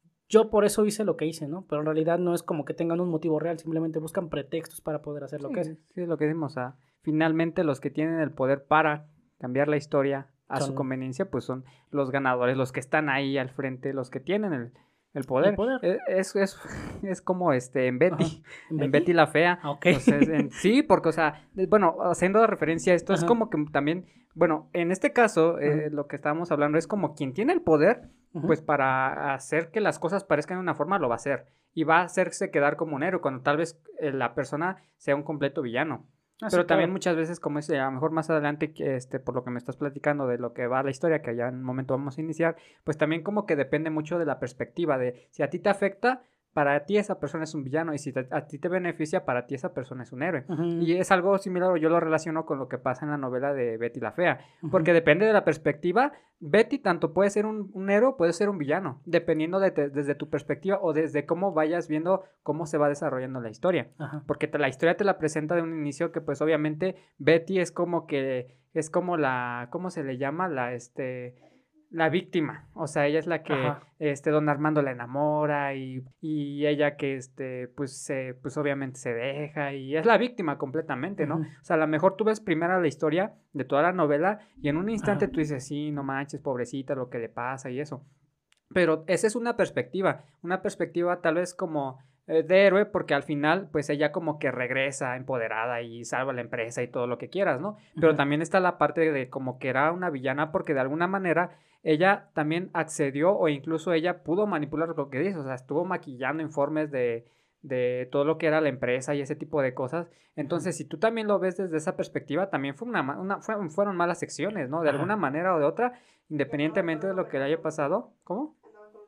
S2: Yo por eso hice lo que hice, ¿no? Pero en realidad no es como que tengan un motivo real, simplemente buscan pretextos para poder hacer lo
S1: sí,
S2: que hacen.
S1: Sí, es lo que decimos, o sea, finalmente los que tienen el poder para cambiar la historia a son... su conveniencia, pues son los ganadores, los que están ahí al frente, los que tienen el, el poder.
S2: El poder.
S1: Es, es, es como este en Betty,
S2: Ajá. ¿En,
S1: en
S2: Betty?
S1: Betty la Fea.
S2: Ah, okay.
S1: Entonces, en, sí, porque, o sea, bueno, haciendo referencia a esto, Ajá. es como que también, bueno, en este caso, eh, lo que estábamos hablando es como quien tiene el poder, uh-huh. pues para hacer que las cosas parezcan de una forma, lo va a hacer. Y va a hacerse quedar como un héroe, cuando tal vez eh, la persona sea un completo villano. Ah, Pero sí, también claro. muchas veces, como es, a lo mejor más adelante, este, por lo que me estás platicando de lo que va la historia, que ya en un momento vamos a iniciar, pues también como que depende mucho de la perspectiva, de si a ti te afecta, para ti esa persona es un villano, y si te, a ti te beneficia, para ti esa persona es un héroe. Uh-huh. Y es algo similar, yo lo relaciono con lo que pasa en la novela de Betty la Fea, uh-huh. porque depende de la perspectiva. Betty tanto puede ser un, un héroe, puede ser un villano, dependiendo de te, desde tu perspectiva o desde cómo vayas viendo cómo se va desarrollando la historia. Uh-huh. Porque te, la historia te la presenta de un inicio que pues obviamente Betty es como que, es como la, ¿cómo se le llama? La, este... la víctima, o sea, ella es la que Ajá. este don Armando la enamora y, y ella que este pues se pues obviamente se deja y es la víctima completamente, ¿no? Uh-huh. O sea, a lo mejor tú ves primero la historia de toda la novela y en un instante Ajá. tú dices, sí, no manches, pobrecita, lo que le pasa y eso. Pero esa es una perspectiva, una perspectiva tal vez como eh, de héroe porque al final, pues ella como que regresa empoderada y salva la empresa y todo lo que quieras, ¿no? Pero uh-huh. también está la parte de como que era una villana porque de alguna manera ella también accedió o incluso ella pudo manipular lo que dice, o sea, estuvo maquillando informes de, de todo lo que era la empresa y ese tipo de cosas. Entonces, uh-huh. si tú también lo ves desde esa perspectiva, también fue una, una fue, fueron malas acciones, ¿no? De uh-huh. alguna manera o de otra, independientemente de lo que le haya pasado. ¿Cómo?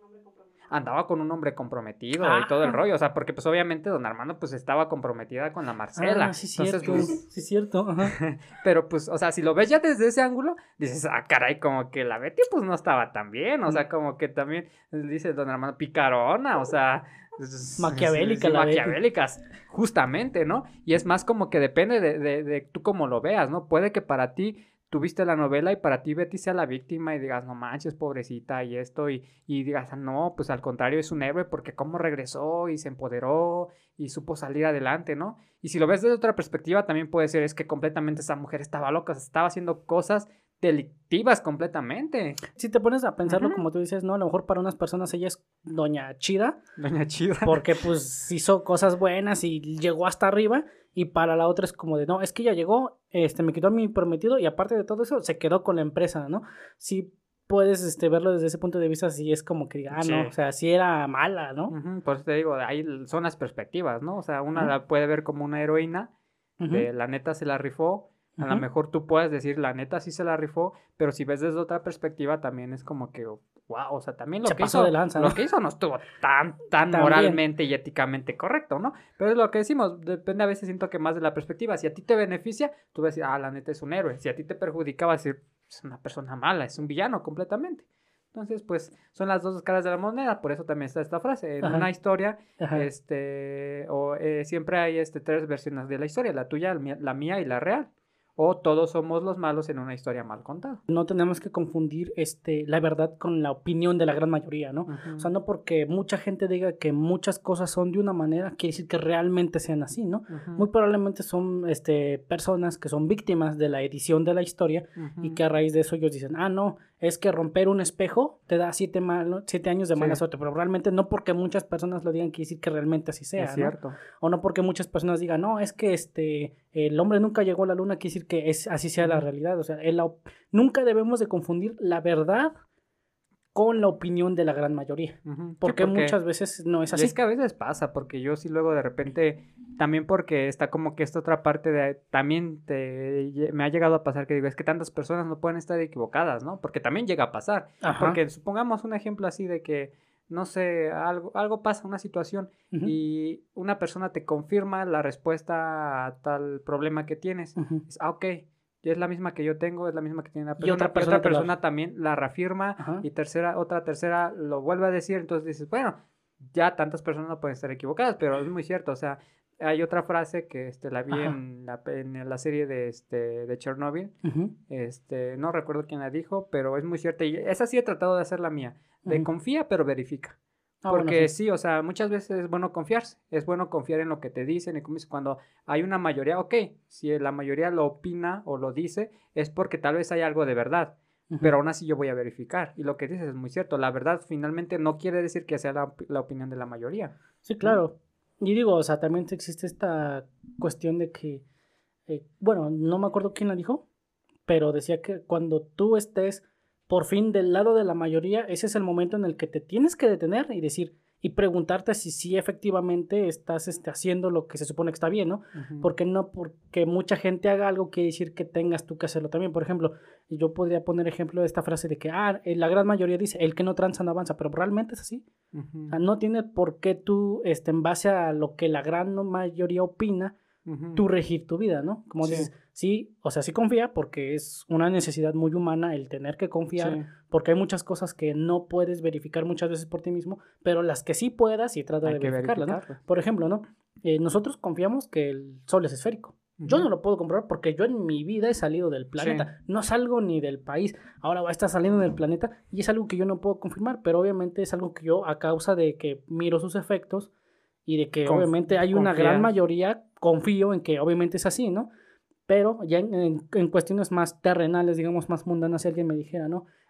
S1: Andaba con un hombre comprometido ah. y todo el rollo, o sea, porque pues obviamente don Armando pues estaba comprometida con la Marcela.
S2: Ah, sí, Entonces, cierto, pues, sí, cierto. Ajá.
S1: Pero pues, o sea, si lo ves ya desde ese ángulo, dices, ah, caray, como que la Betty pues no estaba tan bien, o sea, como que también, dice don Armando, picarona, o sea...
S2: Maquiavélica,
S1: sí, la maquiavélicas, justamente, ¿no? Y es más como que depende de, de, de tú cómo lo veas, ¿no? Puede que para ti... tuviste la novela y para ti Betty sea la víctima y digas, no manches, pobrecita y esto, y, y digas, no, pues al contrario es un héroe porque cómo regresó y se empoderó y supo salir adelante, ¿no? Y si lo ves desde otra perspectiva también puede ser, es que completamente esa mujer estaba loca, estaba haciendo cosas delictivas completamente.
S2: Si te pones a pensarlo, uh-huh. como tú dices, no, a lo mejor para unas personas ella es doña Chida.
S1: Doña Chida.
S2: Porque pues hizo cosas buenas y llegó hasta arriba. Y para la otra es como de, no, es que ella llegó, este, me quitó a mi prometido y aparte de todo eso, se quedó con la empresa, ¿no? Sí puedes este, verlo desde ese punto de vista, sí es como que, ah, sí. no, o sea, sí era mala, ¿no?
S1: Uh-huh. Por eso te digo, ahí son las perspectivas, ¿no? O sea, una uh-huh. la puede ver como una heroína, uh-huh. de la neta se la rifó, a uh-huh. lo mejor tú puedes decir, la neta sí se la rifó, pero si ves desde otra perspectiva también es como que, wow, o sea, también lo
S2: se
S1: que
S2: pasó
S1: hizo,
S2: de lanza,
S1: lo
S2: ¿no?
S1: que hizo no estuvo tan, tan moralmente y éticamente correcto, ¿no? Pero es lo que decimos, depende a veces, siento que más de la perspectiva, si a ti te beneficia, tú vas a decir, ah, la neta es un héroe, si a ti te perjudica, vas a decir, es una persona mala, es un villano completamente. Entonces, pues, son las dos caras de la moneda, por eso también está esta frase. En Ajá. una historia, Ajá. este, o eh, siempre hay este, tres versiones de la historia, la tuya, la mía y la real. O todos somos los malos en una historia mal contada.
S2: No tenemos que confundir este, la verdad con la opinión de la gran mayoría, ¿no? Uh-huh. O sea, no porque mucha gente diga que muchas cosas son de una manera, quiere decir que realmente sean así, ¿no? Uh-huh. Muy probablemente son este, personas que son víctimas de la edición de la historia uh-huh. y que a raíz de eso ellos dicen, ah, no, es que romper un espejo te da siete, mal, siete años de mala sí. suerte, pero realmente no porque muchas personas lo digan quiere decir que realmente así sea,
S1: es cierto.
S2: ¿no? O no porque muchas personas digan, no, es que este, el hombre nunca llegó a la luna, quiere decir que es, así sea uh-huh. la realidad, o sea, el, nunca debemos de confundir la verdad con la opinión de la gran mayoría, uh-huh. porque, sí, porque muchas veces no es así.
S1: Y es que a veces pasa, porque yo sí luego de repente, también porque está como que esta otra parte de, también te, me ha llegado a pasar que digo, es que tantas personas no pueden estar equivocadas, ¿no? Porque también llega a pasar, Ajá. porque supongamos un ejemplo así de que, no sé, algo, algo pasa, una situación, uh-huh. y una persona te confirma la respuesta a tal problema que tienes, uh-huh. es, ah, ok, es la misma que yo tengo, es la misma que tiene la persona, y otra persona, y otra persona la... también la reafirma, Ajá. y tercera, otra tercera lo vuelve a decir, entonces dices, bueno, ya tantas personas no pueden estar equivocadas, pero es muy cierto, o sea, hay otra frase que este, la vi en la, en la serie de, este, de Chernobyl, uh-huh. este, no recuerdo quién la dijo, pero es muy cierta, y esa sí he tratado de hacer la mía, de uh-huh. confía pero verifica. Ah, porque bueno, sí. sí, o sea, muchas veces es bueno confiarse, es bueno confiar en lo que te dicen y cuando hay una mayoría, ok, si la mayoría lo opina o lo dice, es porque tal vez hay algo de verdad, uh-huh. pero aún así yo voy a verificar, y lo que dices es muy cierto, la verdad finalmente no quiere decir que sea la, la opinión de la mayoría.
S2: Sí, claro, ¿no? Y digo, o sea, también existe esta cuestión de que, eh, bueno, no me acuerdo quién la dijo, pero decía que cuando tú estés por fin del lado de la mayoría, ese es el momento en el que te tienes que detener y decir, y preguntarte si sí efectivamente estás este, haciendo lo que se supone que está bien, ¿no? Uh-huh. Porque no porque mucha gente haga algo quiere decir que tengas tú que hacerlo también. Por ejemplo, yo podría poner ejemplo de esta frase de que, ah, la gran mayoría dice, el que no tranza no avanza, pero realmente es así. Uh-huh. O sea, no tiene por qué tú, este, en base a lo que la gran mayoría opina, uh-huh. tú regir tu vida, ¿no? Como sí. dices, sí, o sea, sí confía porque es una necesidad muy humana el tener que confiar, sí. porque hay muchas cosas que no puedes verificar muchas veces por ti mismo, pero las que sí puedas y trata hay de verificarlas, ¿no? Por ejemplo, ¿no? Eh, nosotros confiamos que el Sol es esférico. Uh-huh. Yo no lo puedo comprobar porque yo en mi vida he salido del planeta, sí. no salgo ni del país, ahora va a estar saliendo del planeta y es algo que yo no puedo confirmar, pero obviamente es algo que yo, a causa de que miro sus efectos y de que Conf- obviamente hay una confía. gran mayoría, confío en que obviamente es así, ¿no? Pero ya en, en, en cuestiones más terrenales, digamos más mundanas, si alguien me dijera, ¿no?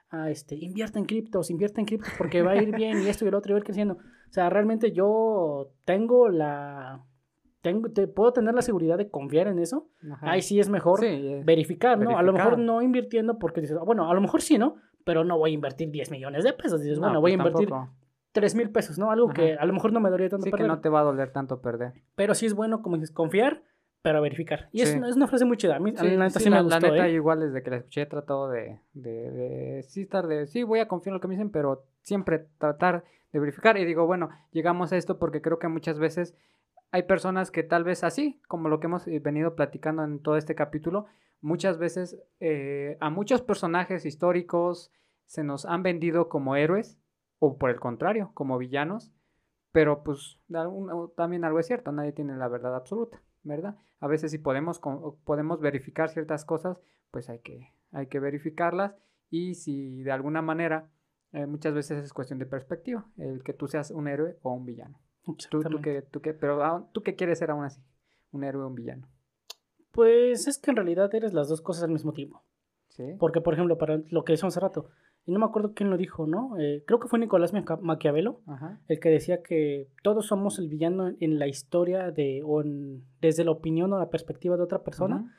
S2: a este, invierte en criptos, invierte en criptos porque va a ir bien y esto y el otro y va a ir creciendo. O sea, realmente yo tengo la... Tengo, te, puedo tener la seguridad de confiar en eso. Ajá. Ahí sí es mejor sí, es verificar, ¿no? Verificar. A lo mejor no invirtiendo porque dices, bueno, a lo mejor sí, ¿no? Pero no voy a invertir diez millones de pesos. Dices, no, bueno, voy pues a invertir tampoco. tres mil pesos, ¿no? Algo Ajá. que a lo mejor no me dolería tanto
S1: sí, perder. Sí, que no te va a doler tanto perder.
S2: Pero sí es bueno, como dices, confiar, pero verificar. Y sí. es, una, es una frase muy chida. A mí,
S1: sí,
S2: la neta
S1: sí,
S2: sí
S1: la,
S2: me gustó,
S1: la neta,
S2: ¿eh?
S1: igual desde que la escuché he tratado de, de, de, sí estar de, sí voy a confiar en lo que me dicen, pero siempre tratar de verificar. Y digo, bueno, llegamos a esto porque creo que muchas veces hay personas que tal vez así, como lo que hemos venido platicando en todo este capítulo, muchas veces eh, a muchos personajes históricos se nos han vendido como héroes, o por el contrario, como villanos, pero pues también algo es cierto, nadie tiene la verdad absoluta, ¿verdad? A veces si podemos, podemos verificar ciertas cosas, pues hay que, hay que verificarlas, y si de alguna manera, eh, muchas veces es cuestión de perspectiva, el que tú seas un héroe o un villano. ¿Tú, tú, qué, tú qué, pero ¿tú qué quieres ser aún así? ¿Un héroe o un villano?
S2: Pues es que en realidad eres las dos cosas al mismo tiempo.
S1: ¿Sí?
S2: Porque, por ejemplo, para lo que decíamos hace rato, y no me acuerdo quién lo dijo, ¿no? Eh, creo que fue Nicolás Maquiavelo, Ajá. el que decía que todos somos el villano en la historia de, o en, desde la opinión o la perspectiva de otra persona. Ajá.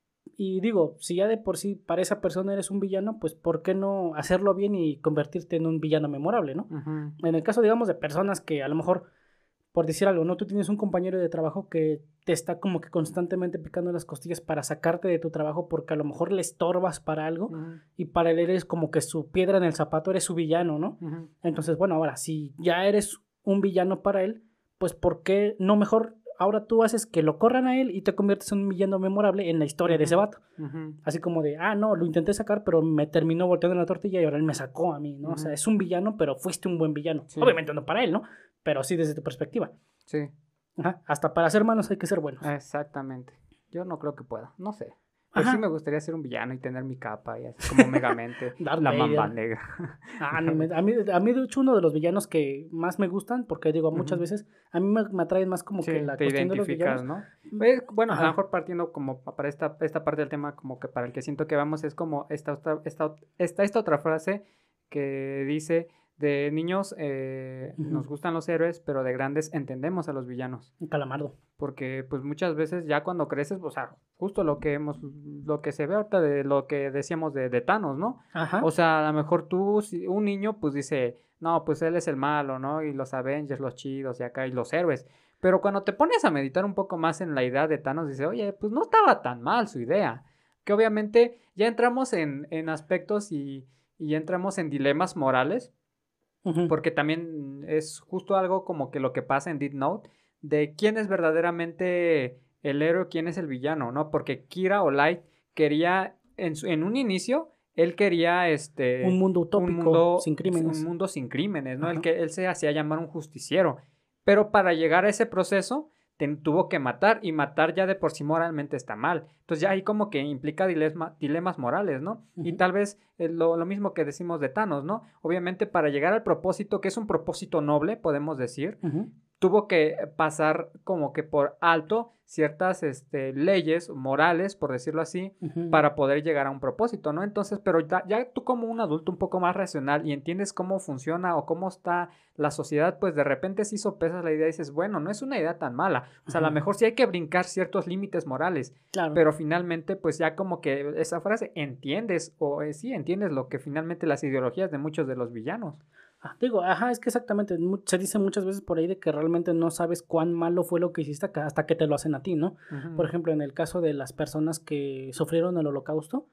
S2: Y digo, si ya de por sí para esa persona eres un villano, pues ¿por qué no hacerlo bien y convertirte en un villano memorable, ¿no? Ajá. En el caso, digamos, de personas que a lo mejor, por decir algo, ¿no? Tú tienes un compañero de trabajo que te está como que constantemente picando las costillas para sacarte de tu trabajo porque a lo mejor le estorbas para algo uh-huh. y para él eres como que su piedra en el zapato, eres su villano, ¿no? Uh-huh. Entonces, bueno, ahora, si ya eres un villano para él, pues ¿por qué no mejor ahora tú haces que lo corran a él y te conviertes en un villano memorable en la historia uh-huh. de ese vato? Uh-huh. Así como de, ah, no, lo intenté sacar, pero me terminó volteando la tortilla y ahora él me sacó a mí, ¿no? Uh-huh. O sea, es un villano, pero fuiste un buen villano. Sí. Obviamente no para él, ¿no? Pero sí desde tu perspectiva.
S1: Sí.
S2: Ajá. Hasta para ser malos hay que ser buenos.
S1: Exactamente. Yo no creo que pueda. No sé. Pero Ajá. sí me gustaría ser un villano y tener mi capa y así como Megamente. La mamba negra.
S2: Ah, no, me, a, mí, a mí de hecho uno de los villanos que más me gustan, porque digo muchas uh-huh. veces, a mí me, me atraen más como sí, que la
S1: te
S2: cuestión de los villanos.
S1: ¿no? Pues, bueno, Ajá. a lo mejor partiendo como para esta, esta parte del tema, como que para el que siento que vamos, es como esta otra, esta, esta, esta otra frase que dice... De niños eh, uh-huh. nos gustan los héroes, pero de grandes entendemos a los villanos.
S2: Un calamardo.
S1: Porque pues muchas veces ya cuando creces, o sea, justo lo que hemos, lo que se ve ahorita de lo que decíamos de, de Thanos, ¿no? Ajá. O sea, a lo mejor tú, un niño pues dice, no, pues él es el malo, ¿no? Y los Avengers, los chidos y acá, y los héroes. Pero cuando te pones a meditar un poco más en la idea de Thanos, dices, oye, pues no estaba tan mal su idea. Que obviamente ya entramos en, en aspectos y, y ya entramos en dilemas morales. Uh-huh. Porque también es justo algo como que lo que pasa en Death Note, de quién es verdaderamente el héroe, quién es el villano, ¿no? Porque Kira o Light quería, en, su, en un inicio, él quería este...
S2: un mundo utópico,
S1: un mundo,
S2: sin crímenes.
S1: Un mundo sin crímenes, ¿no? Uh-huh. El que él se hacía llamar un justiciero. Pero para llegar a ese proceso... tuvo que matar, y matar ya de por sí moralmente está mal. Entonces ya ahí como que implica dilema, dilemas morales, ¿no? Uh-huh. Y tal vez eh, lo, lo mismo que decimos de Thanos, ¿no? Obviamente para llegar al propósito, que es un propósito noble, podemos decir, uh-huh. tuvo que pasar como que por alto ciertas este, leyes morales, por decirlo así, uh-huh. para poder llegar a un propósito, ¿no? Entonces, pero ya, ya tú como un adulto un poco más racional y entiendes cómo funciona o cómo está la sociedad, pues de repente sí sopesas la idea y dices, bueno, no es una idea tan mala. O sea, uh-huh. a lo mejor sí hay que brincar ciertos límites morales, claro. pero finalmente, pues ya como que esa frase, entiendes, o eh, sí entiendes lo que finalmente las ideologías de muchos de los villanos.
S2: Ah, digo, ajá, es que exactamente, se dice muchas veces por ahí de que realmente no sabes cuán malo fue lo que hiciste hasta que te lo hacen a ti, ¿no? Uh-huh. Por ejemplo, en el caso de las personas que sufrieron el Holocausto,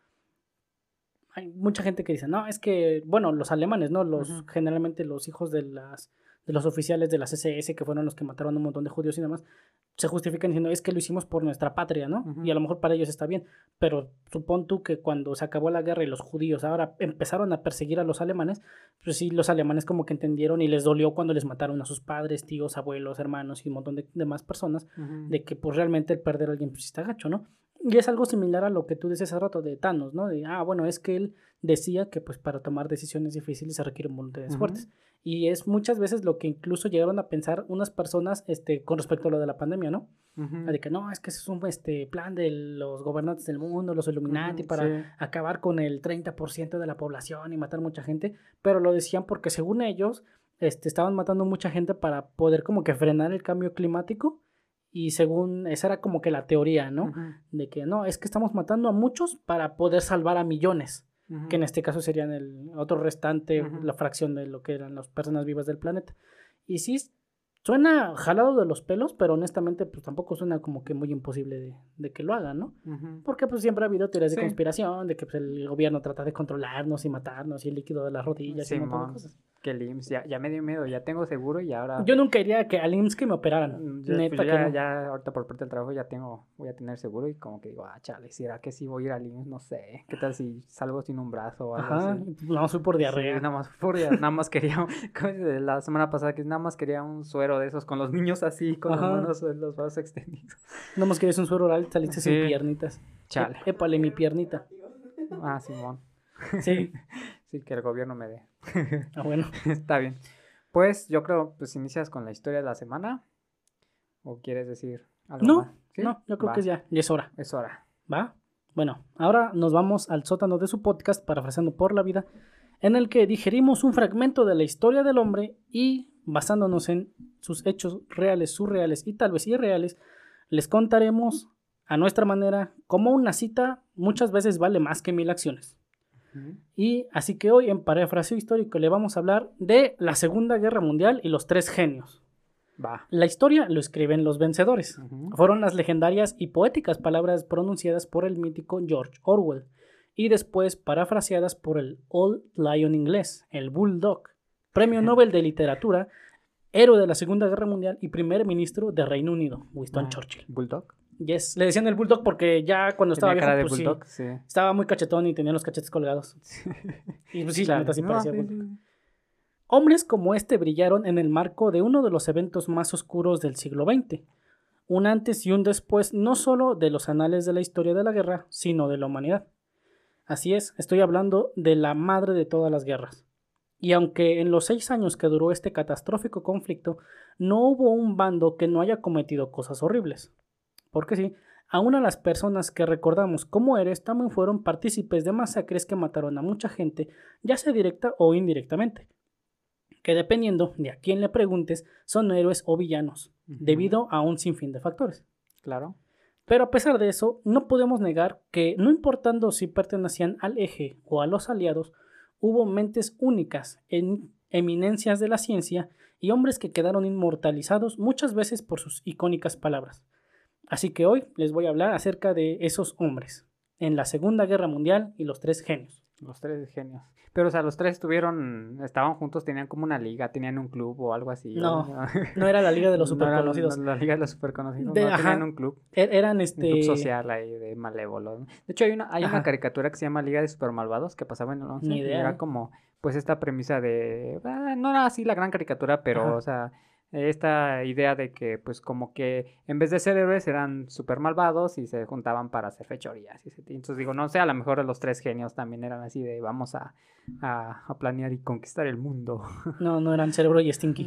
S2: hay mucha gente que dice, no, es que, bueno, los alemanes, ¿no? Los, uh-huh. generalmente los hijos de las de los oficiales de las ese ese que fueron los que mataron a un montón de judíos y demás, se justifican diciendo, es que lo hicimos por nuestra patria, ¿no? Uh-huh. Y a lo mejor para ellos está bien, pero supón tú que cuando se acabó la guerra y los judíos ahora empezaron a perseguir a los alemanes, pues sí, los alemanes como que entendieron y les dolió cuando les mataron a sus padres, tíos, abuelos, hermanos y un montón de demás personas, uh-huh. de que pues realmente el perder a alguien pues está gacho, ¿no? Y es algo similar a lo que tú decías hace rato de Thanos, ¿no? De, ah, bueno, es que él decía que pues para tomar decisiones difíciles se requieren voluntades uh-huh. fuertes. Y es muchas veces lo que incluso llegaron a pensar unas personas este, con respecto a lo de la pandemia, ¿no? Uh-huh. De que no, es que ese es un este, plan de los gobernantes del mundo, los Illuminati, uh-huh, para sí. acabar con el treinta por ciento de la población y matar mucha gente. Pero lo decían porque según ellos este, estaban matando mucha gente para poder como que frenar el cambio climático. Y según, esa era como que la teoría, ¿no? Uh-huh. De que no, es que estamos matando a muchos para poder salvar a millones. Uh-huh. Que en este caso serían el otro restante, uh-huh. la fracción de lo que eran las personas vivas del planeta. Y sí, suena jalado de los pelos, pero honestamente pues tampoco suena como que muy imposible de, de que lo hagan, ¿no? Uh-huh. Porque pues siempre ha habido teorías sí. de conspiración, de que pues, el gobierno trata de controlarnos y matarnos y el líquido de las rodillas sí, y un montón de cosas.
S1: Que el I M S S, ya, ya me dio miedo, ya tengo seguro y ahora...
S2: Yo nunca iría que al I M S S que me operaran,
S1: yo,
S2: neta
S1: pues
S2: ya,
S1: que
S2: no.
S1: Ya ahorita por parte del trabajo ya tengo, voy a tener seguro y como que digo, ah, chale, ¿será que sí voy a ir al I M S S? No sé, ¿qué tal si salgo sin un brazo o algo
S2: Ajá,
S1: así?
S2: nada más fui por diarrea.
S1: Sí, nada más por diarrea, nada más quería, la semana pasada que nada más quería un suero de esos con los niños así, con Ajá. las manos, los brazos extendidos.
S2: Nada más querías un suero oral, saliste sí. sin piernitas.
S1: Chale.
S2: E- épale mi piernita.
S1: Ah, Simón.
S2: Sí.
S1: Sí, que el gobierno me dé.
S2: Ah, bueno.
S1: Está bien. Pues yo creo, pues inicias con la historia de la semana. ¿O quieres decir algo
S2: no,
S1: más? ¿Sí?
S2: No, yo creo Va. que ya, ya es hora.
S1: Es hora.
S2: ¿Va? Bueno, ahora nos vamos al sótano de su podcast, Parafraseando por la Vida, en el que digerimos un fragmento de la historia del hombre y, basándonos en sus hechos reales, surreales y tal vez irreales, les contaremos a nuestra manera cómo una cita muchas veces vale más que mil acciones. Y así que hoy en Parafraseo Histórico le vamos a hablar de la Segunda Guerra Mundial y los tres genios.
S1: Va.
S2: La historia lo escriben los vencedores. Uh-huh. Fueron las legendarias y poéticas palabras pronunciadas por el mítico George Orwell y después parafraseadas por el Old Lion inglés, el Bulldog, premio Nobel de Literatura, héroe de la Segunda Guerra Mundial y primer ministro de Reino Unido, Winston uh, Churchill.
S1: ¿Bulldog?
S2: Yes. Le decían el Bulldog porque ya cuando estaba
S1: Tenía
S2: viejo,
S1: cara de
S2: pues
S1: bulldog,
S2: sí,
S1: sí.
S2: estaba muy cachetón y tenía los cachetes colgados. Y pues sí, la neta sí parecía
S1: no,
S2: Bulldog. Hombres como este brillaron en el marco de uno de los eventos más oscuros del siglo veinte. Un antes y un después no solo de los anales de la historia de la guerra, sino de la humanidad. Así es, estoy hablando de la madre de todas las guerras. Y aunque en los seis años que duró este catastrófico conflicto, no hubo un bando que no haya cometido cosas horribles. Porque sí, aún a las personas que recordamos como héroes también fueron partícipes de masacres que mataron a mucha gente, ya sea directa o indirectamente. Que dependiendo de a quién le preguntes, son héroes o villanos, uh-huh. debido a un sinfín de factores.
S1: Claro.
S2: Pero a pesar de eso, no podemos negar que, no importando si pertenecían al eje o a los aliados, hubo mentes únicas, en eminencias de la ciencia y hombres que quedaron inmortalizados muchas veces por sus icónicas palabras. Así que hoy les voy a hablar acerca de esos hombres, en la Segunda Guerra Mundial y los tres genios.
S1: Los tres genios. Pero, o sea, los tres estuvieron, estaban juntos, tenían como una liga, tenían un club o algo así.
S2: No, ¿o? no era la liga de los superconocidos.
S1: No, la, la liga de los superconocidos,
S2: de,
S1: no
S2: ajá,
S1: tenían un club.
S2: Er, eran este...
S1: Un club social ahí de malévolos. De hecho, hay una, hay una caricatura que se llama Liga de Supermalvados que pasaba en el once.
S2: Ni idea.
S1: Y era como, pues, esta premisa de, eh, no era así la gran caricatura, pero, ajá. o sea... esta idea de que pues como que en vez de ser héroes eran súper malvados y se juntaban para hacer fechorías y entonces digo, no sé, a lo mejor los tres genios también eran así de vamos a, a, a planear y conquistar el mundo.
S2: No, no eran Cerebro y Stinky.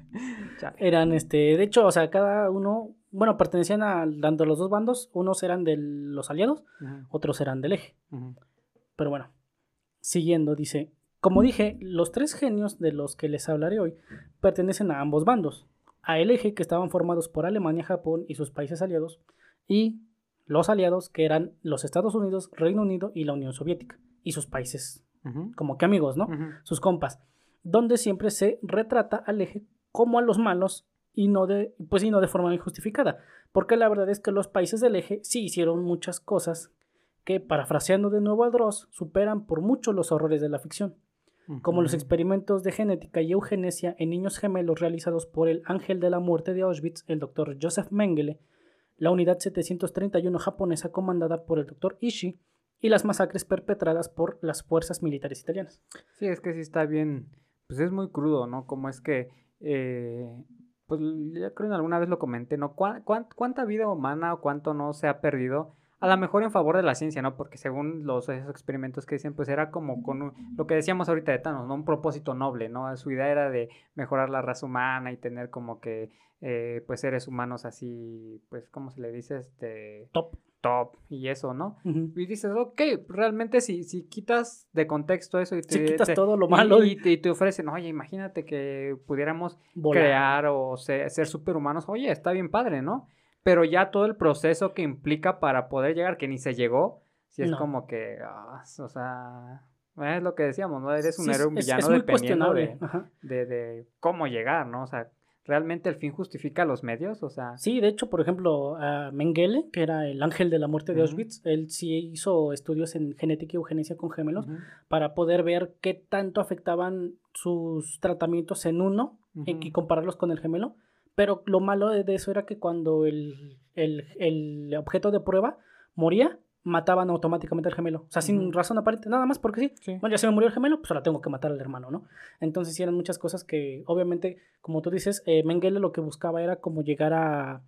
S2: Eran este, de hecho, o sea, cada uno, bueno, pertenecían a tanto los dos bandos, unos eran de los aliados, uh-huh. otros eran del eje. Uh-huh. Pero bueno, siguiendo, dice: como dije, los tres genios de los que les hablaré hoy pertenecen a ambos bandos, a el eje, que estaban formados por Alemania, Japón y sus países aliados, y los aliados, que eran los Estados Unidos, Reino Unido y la Unión Soviética, y sus países, uh-huh. como que amigos, ¿no? Uh-huh. Sus compas, donde siempre se retrata al eje como a los malos y no de, pues, y no de forma injustificada, porque la verdad es que los países del eje sí hicieron muchas cosas que, parafraseando de nuevo a Dross, superan por mucho los horrores de la ficción. Como los experimentos de genética y eugenesia en niños gemelos realizados por el ángel de la muerte de Auschwitz, el doctor Joseph Mengele, la unidad setecientos treinta y uno japonesa comandada por el doctor Ishii, y las masacres perpetradas por las fuerzas militares italianas.
S1: Sí, es que sí está bien, pues es muy crudo, ¿no? Como es que, eh, pues ya creo que alguna vez lo comenté, ¿no? ¿Cuá, cuán, ¿Cuánta vida humana o cuánto no se ha perdido a lo mejor en favor de la ciencia, ¿no? Porque según los esos experimentos que dicen, pues era como con un, lo que decíamos ahorita de Thanos, ¿no? Un propósito noble, ¿no? Su idea era de mejorar la raza humana y tener como que, eh, pues, seres humanos así, pues, ¿cómo se le dice? Este...
S2: Top.
S1: Top y eso, ¿no?
S2: Uh-huh.
S1: Y dices, ok, realmente si, si quitas de contexto eso y te,
S2: si quitas
S1: te,
S2: todo lo malo
S1: y, y, te, y te ofrecen, oye, imagínate que pudiéramos
S2: Volar.
S1: crear o ser, ser superhumanos, oye, está bien padre, ¿no? Pero ya todo el proceso que implica para poder llegar, que ni se llegó, si es no. como que, oh, o sea, es lo que decíamos, ¿no? Eres un sí, héroe, un villano, es, es dependiendo de, de, de cómo llegar, ¿no? O sea, ¿realmente el fin justifica los medios? O sea...
S2: Sí, de hecho, por ejemplo, uh, Mengele, que era el ángel de la muerte de uh-huh. Auschwitz, él sí hizo estudios en genética y eugenesia con gemelos uh-huh. para poder ver qué tanto afectaban sus tratamientos en uno uh-huh. y compararlos con el gemelo. Pero lo malo de eso era que cuando el, el, el objeto de prueba moría, mataban automáticamente al gemelo. O sea, uh-huh. sin razón aparente, nada más porque sí. sí. Bueno, ya se me murió el gemelo, pues ahora tengo que matar al hermano, ¿no? Entonces sí eran muchas cosas que, obviamente, como tú dices, eh, Mengele lo que buscaba era como llegar a,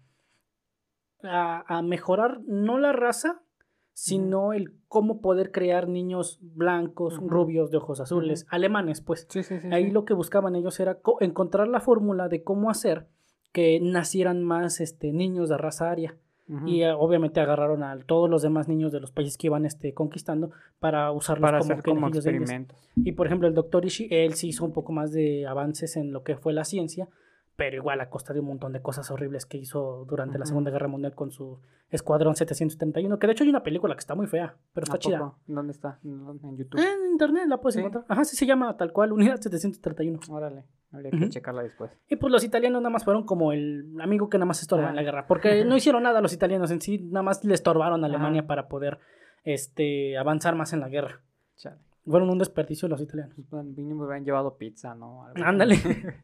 S2: a, a mejorar, no la raza, sino uh-huh. el cómo poder crear niños blancos, uh-huh. rubios, de ojos azules, uh-huh. alemanes, pues.
S1: Sí, sí, sí,
S2: Ahí
S1: sí.
S2: lo que buscaban ellos era co- encontrar la fórmula de cómo hacer que nacieran más este, niños de raza aria. Uh-huh. Y uh, obviamente agarraron a todos los demás niños de los países que iban este, conquistando para usarlos
S1: para
S2: como,
S1: hacer como experimentos.
S2: Y por ejemplo el doctor Ishii, él sí hizo un poco más de avances en lo que fue la ciencia, pero igual a costa de un montón de cosas horribles que hizo durante uh-huh. la Segunda Guerra Mundial con su Escuadrón setecientos setenta y uno, que de hecho hay una película que está muy fea, pero está chida.
S1: ¿Dónde está? ¿En YouTube?
S2: En internet la puedes ¿Sí? encontrar. Ajá, sí se llama tal cual, Unidad setecientos treinta y uno.
S1: Órale, habría que uh-huh. checarla después.
S2: Y pues los italianos nada más fueron como el amigo que nada más estorba ah. en la guerra, porque no hicieron nada los italianos en sí, nada más le estorbaron a Alemania ah. para poder este, avanzar más en la guerra.
S1: Chale.
S2: Fueron un desperdicio los italianos.
S1: Mínimo me hubieran llevado pizza, ¿no?
S2: Algo Ándale.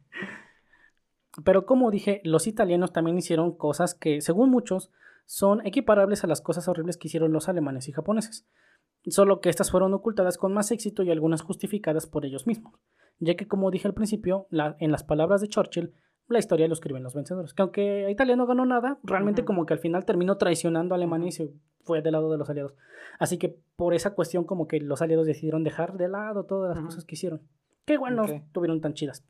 S2: Pero como dije, los italianos también hicieron cosas que, según muchos, son equiparables a las cosas horribles que hicieron los alemanes y japoneses. Solo que estas fueron ocultadas con más éxito y algunas justificadas por ellos mismos. Ya que, como dije al principio, la, en las palabras de Churchill, la historia lo escriben los vencedores. Que aunque Italia no ganó nada, realmente uh-huh. como que al final terminó traicionando a Alemania uh-huh. y se fue del lado de los aliados. Así que por esa cuestión como que los aliados decidieron dejar de lado todas las uh-huh. cosas que hicieron. Que igual okay. no tuvieron tan chidas.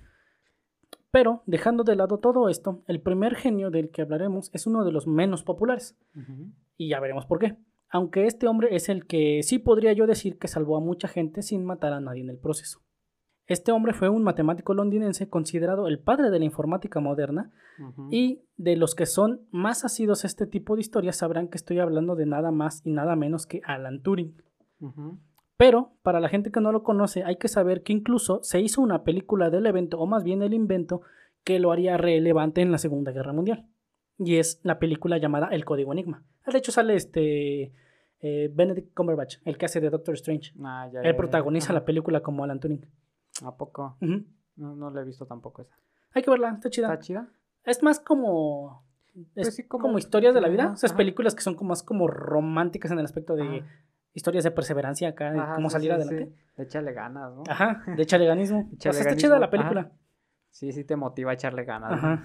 S2: Pero, dejando de lado todo esto, el primer genio del que hablaremos es uno de los menos populares. Uh-huh. Y ya veremos por qué. Aunque este hombre es el que sí podría yo decir que salvó a mucha gente sin matar a nadie en el proceso. Este hombre fue un matemático londinense considerado el padre de la informática moderna uh-huh. y de los que son más asidos a este tipo de historias sabrán que estoy hablando de nada más y nada menos que Alan Turing. Uh-huh. Pero, para la gente que no lo conoce, hay que saber que incluso se hizo una película del evento, o más bien el invento, que lo haría relevante en la Segunda Guerra Mundial. Y es la película llamada El Código Enigma. De hecho sale este eh, Benedict Cumberbatch, el que hace de Doctor Strange. Ah, ya, Él ya, protagoniza ya. la película como Alan Turing.
S1: ¿A poco?
S2: Uh-huh.
S1: No, no la he visto tampoco esa.
S2: Hay que verla, está chida.
S1: ¿Está chida?
S2: Es más como... Es pues sí, como, como historias de la vida. Ajá. Esas películas que son como más como románticas en el aspecto de... Ajá. Historias de perseverancia acá, de Ajá, cómo sí, salir sí, adelante.
S1: Sí. De echarle ganas, ¿no?
S2: Ajá, de echarle ganismo.
S1: Echarle
S2: o sea, está chida la película.
S1: Ajá. Sí, sí te motiva a echarle ganas.
S2: Ajá.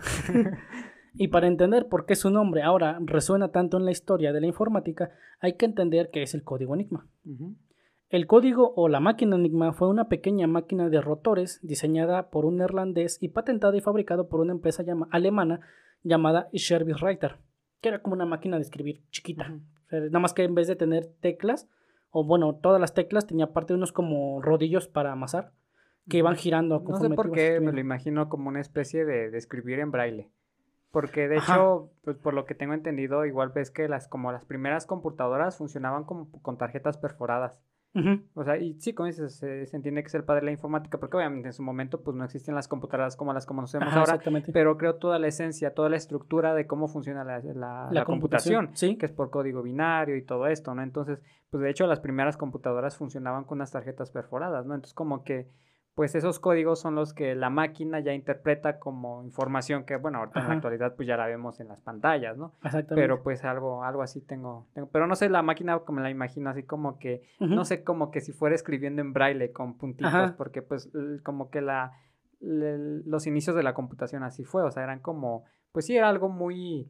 S2: Y para entender por qué su nombre ahora resuena tanto en la historia de la informática, hay que entender qué es el código Enigma. Uh-huh. El código o la máquina Enigma fue una pequeña máquina de rotores diseñada por un neerlandés y patentada y fabricada por una empresa llama, alemana llamada Servicewriter, que era como una máquina de escribir chiquita. Uh-huh. O sea, nada más que en vez de tener teclas, o bueno, todas las teclas, tenía aparte de unos como rodillos para amasar, que iban girando.
S1: No sé por qué me lo imagino como una especie de, de escribir en braille. Porque de Ajá. hecho, pues por lo que tengo entendido, igual ves que las como las primeras computadoras funcionaban como con tarjetas perforadas. Uh-huh. O sea, y sí, como dices, se, se entiende que es el padre de la informática, porque obviamente en su momento pues no existen las computadoras como las conocemos Ajá, ahora, pero creo toda la esencia, toda la estructura de cómo funciona la, la, la, la computación, computación ¿sí? que es por código binario y todo esto, ¿no? Entonces, pues de hecho las primeras computadoras funcionaban con unas tarjetas perforadas, ¿no? Entonces como que pues esos códigos son los que la máquina ya interpreta como información que, bueno, ahorita Ajá. en la actualidad pues ya la vemos en las pantallas, ¿no?
S2: Exactamente.
S1: Pero pues algo, algo así tengo, tengo, pero no sé, la máquina como la imagino así como que, uh-huh. no sé, como que si fuera escribiendo en braille con puntitos, Ajá. porque pues como que la, la, los inicios de la computación así fue, o sea, eran como, pues sí, era algo muy...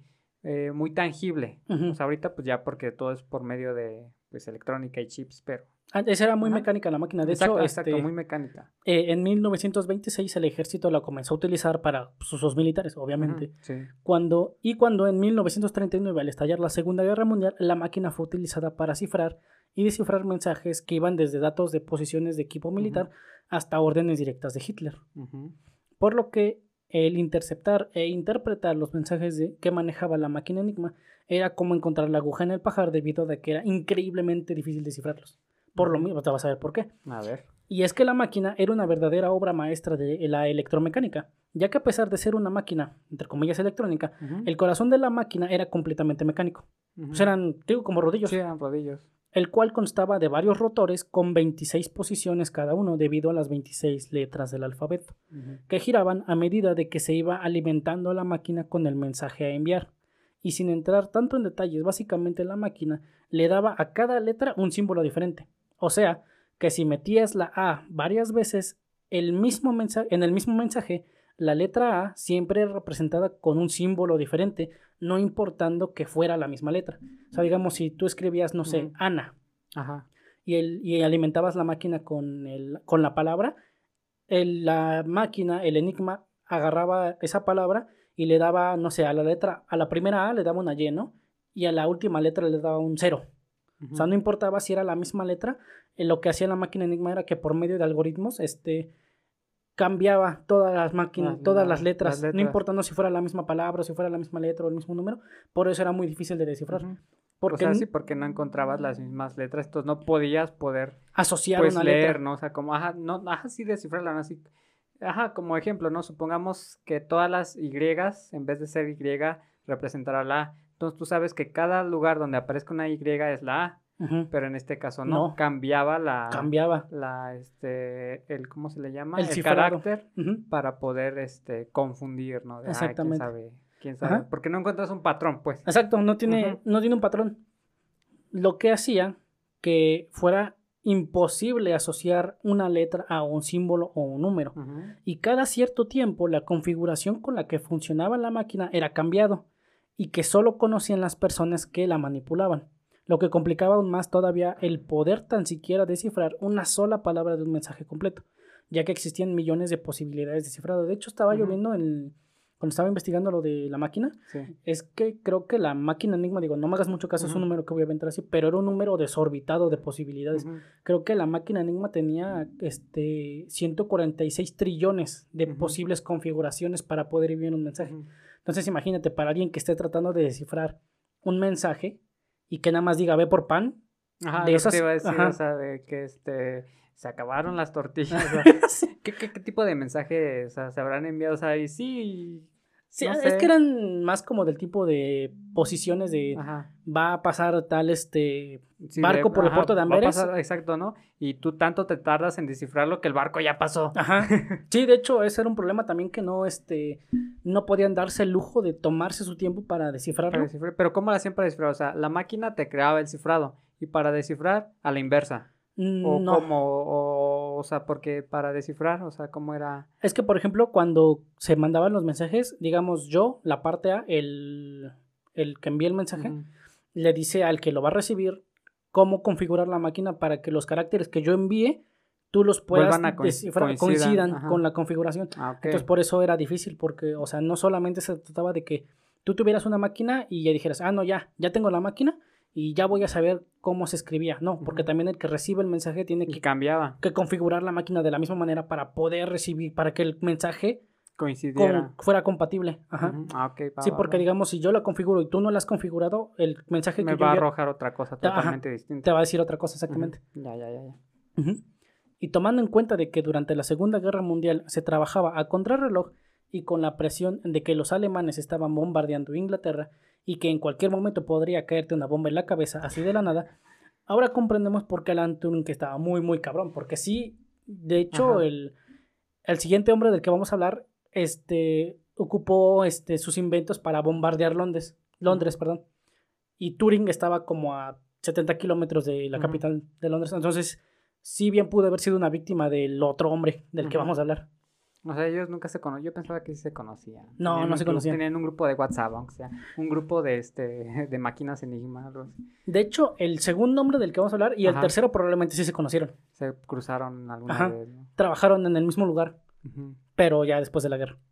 S1: eh, muy tangible.
S2: Uh-huh.
S1: O sea, ahorita pues ya porque todo es por medio de pues electrónica y chips, pero...
S2: Ah, esa era muy
S1: Ajá.
S2: mecánica la máquina. De
S1: exacto,
S2: hecho,
S1: exacto,
S2: este,
S1: muy mecánica.
S2: Eh, en mil novecientos veintiséis el ejército la comenzó a utilizar para sus usos militares, obviamente.
S1: Uh-huh, sí.
S2: Cuando, y cuando en mil novecientos treinta y nueve, al estallar la Segunda Guerra Mundial, la máquina fue utilizada para cifrar y descifrar mensajes que iban desde datos de posiciones de equipo militar uh-huh. hasta órdenes directas de Hitler. Uh-huh. Por lo que el interceptar e interpretar los mensajes de, que manejaba la máquina Enigma era como encontrar la aguja en el pajar, debido a que era increíblemente difícil descifrarlos. Por lo mismo, te vas a ver por qué.
S1: A ver.
S2: Y es que la máquina era una verdadera obra maestra de la electromecánica, ya que a pesar de ser una máquina, entre comillas, electrónica, uh-huh. el corazón de la máquina era completamente mecánico. Uh-huh. Pues eran, digo, como rodillos.
S1: Sí, eran rodillos.
S2: El cual constaba de varios rotores con veintiséis posiciones cada uno, debido a las veintiséis letras del alfabeto, uh-huh. que giraban a medida de que se iba alimentando la máquina con el mensaje a enviar. Y sin entrar tanto en detalles, básicamente la máquina le daba a cada letra un símbolo diferente. O sea, que si metías la A varias veces, el mismo mensaje, en el mismo mensaje, la letra A siempre es representada con un símbolo diferente, no importando que fuera la misma letra. O sea, digamos, si tú escribías, no sé, uh-huh. Ana,
S1: Ajá.
S2: Y, el, y alimentabas la máquina con, el, con la palabra, el, la máquina, el enigma, agarraba esa palabra y le daba, no sé, a la letra, a la primera A le daba una Y, ¿no? Y a la última letra le daba un cero. Uh-huh. O sea, no importaba si era la misma letra, eh, lo que hacía la máquina Enigma era que por medio de algoritmos este, cambiaba todas las máquinas, todas las letras, las letras, no importando si fuera la misma palabra, si fuera la misma letra o el mismo número, por eso era muy difícil de descifrar.
S1: Uh-huh. Porque, o sea, sí, porque no encontrabas las mismas letras, entonces no podías poder
S2: asociar
S1: pues,
S2: una
S1: leer,
S2: letra.
S1: ¿no? O sea, como, ajá, no, ajá, sí descifrarla, ¿no? Así, ajá, como ejemplo, ¿no? Supongamos que todas las Y, en vez de ser Y, representará la A. Entonces tú sabes que cada lugar donde aparezca una Y es la A, uh-huh. pero en este caso no, no. cambiaba la...
S2: Cambiaba.
S1: La, este, el, ¿cómo se le llama?
S2: El,
S1: el carácter uh-huh. para poder, este, confundir, ¿no? De,
S2: exactamente.
S1: Ah, ¿quién sabe? ¿Quién sabe? Uh-huh. Porque no encuentras un patrón, pues.
S2: Exacto, no tiene, uh-huh. no tiene un patrón. Lo que hacía que fuera imposible asociar una letra a un símbolo o un número. Uh-huh. Y cada cierto tiempo la configuración con la que funcionaba la máquina era cambiado y que solo conocían las personas que la manipulaban, lo que complicaba aún más todavía el poder tan siquiera descifrar una sola palabra de un mensaje completo, ya que existían millones de posibilidades de cifrado. De hecho, estaba uh-huh. yo viendo en... cuando estaba investigando lo de la máquina, sí. es que creo que la máquina Enigma, digo, no me hagas mucho caso, uh-huh. es un número que voy a aventar así, pero era un número desorbitado de posibilidades. Uh-huh. Creo que la máquina Enigma tenía este, ciento cuarenta y seis trillones de uh-huh. posibles configuraciones para poder enviar un mensaje. Uh-huh. Entonces imagínate, para alguien que esté tratando de descifrar un mensaje y que nada más diga, ve por pan.
S1: Ajá,
S2: de
S1: lo
S2: esas,
S1: que te iba a decir,
S2: ajá.
S1: o sea, de que este... se acabaron las tortillas.
S2: Sí.
S1: ¿Qué, qué, ¿Qué tipo de mensaje o sea, se habrán enviado? O sea, y sí...
S2: Sí,
S1: no
S2: es
S1: sé.
S2: que eran más como del tipo de posiciones de ajá. va a pasar tal este sí, barco de, por ajá, el puerto de Amberes.
S1: Va a pasar, exacto, ¿no? Y tú tanto te tardas en descifrarlo que el barco ya pasó.
S2: Ajá. Sí, de hecho, ese era un problema también que no, este, no podían darse el lujo de tomarse su tiempo para descifrarlo.
S1: Para descifrar. Pero ¿cómo lo hacían para descifrar? O sea, la máquina te creaba el cifrado y para descifrar a la inversa. O
S2: no.
S1: como, o, o sea, porque para descifrar, o sea, ¿cómo era?
S2: Es que, por ejemplo, cuando se mandaban los mensajes, digamos yo, la parte A, el, el que envía el mensaje, uh-huh. le dice al que lo va a recibir cómo configurar la máquina para que los caracteres que yo envíe, tú los puedas
S1: a co-
S2: descifrar, coincidan, coincidan con la configuración.
S1: Ah, okay.
S2: Entonces, por eso era difícil, porque, o sea, no solamente se trataba de que tú tuvieras una máquina y ya dijeras, ah, no, ya, ya tengo la máquina, y ya voy a saber cómo se escribía. No, porque uh-huh. también el que recibe el mensaje tiene que,
S1: cambiaba.
S2: que configurar la máquina de la misma manera para poder recibir, para que el mensaje
S1: coincidiera.
S2: Con, fuera compatible. Ajá.
S1: Uh-huh. Ah, okay, va,
S2: sí,
S1: va,
S2: porque
S1: va.
S2: digamos, si yo la configuro y tú no la has configurado, el mensaje
S1: Me
S2: que yo
S1: va
S2: envío,
S1: a arrojar otra cosa totalmente
S2: ajá,
S1: distinta.
S2: Te va a decir otra cosa, exactamente.
S1: Uh-huh. Ya, ya, ya. ya.
S2: Uh-huh. Y tomando en cuenta de que durante la Segunda Guerra Mundial se trabajaba a contrarreloj y con la presión de que los alemanes estaban bombardeando Inglaterra y que en cualquier momento podría caerte una bomba en la cabeza así de la nada, ahora comprendemos por qué Alan Turing que estaba muy muy cabrón, porque sí, de hecho el, el siguiente hombre del que vamos a hablar este, ocupó este, sus inventos para bombardear Londres, Londres, uh-huh. perdón, y Turing estaba como a setenta kilómetros de la uh-huh. capital de Londres, entonces sí bien pudo haber sido una víctima del otro hombre del uh-huh. que vamos a hablar.
S1: O sea, ellos nunca se conocían. Yo pensaba que sí se conocían.
S2: No,
S1: tenían
S2: no se
S1: club,
S2: conocían.
S1: Tenían un grupo de WhatsApp, aunque sea un grupo de este de máquinas Enigma. Algo así.
S2: De hecho, el segundo hombre del que vamos a hablar y Ajá. el tercero probablemente sí se conocieron.
S1: Se cruzaron alguna
S2: Ajá.
S1: vez, ¿no?
S2: Trabajaron en el mismo lugar,
S1: uh-huh.
S2: pero ya después de la guerra.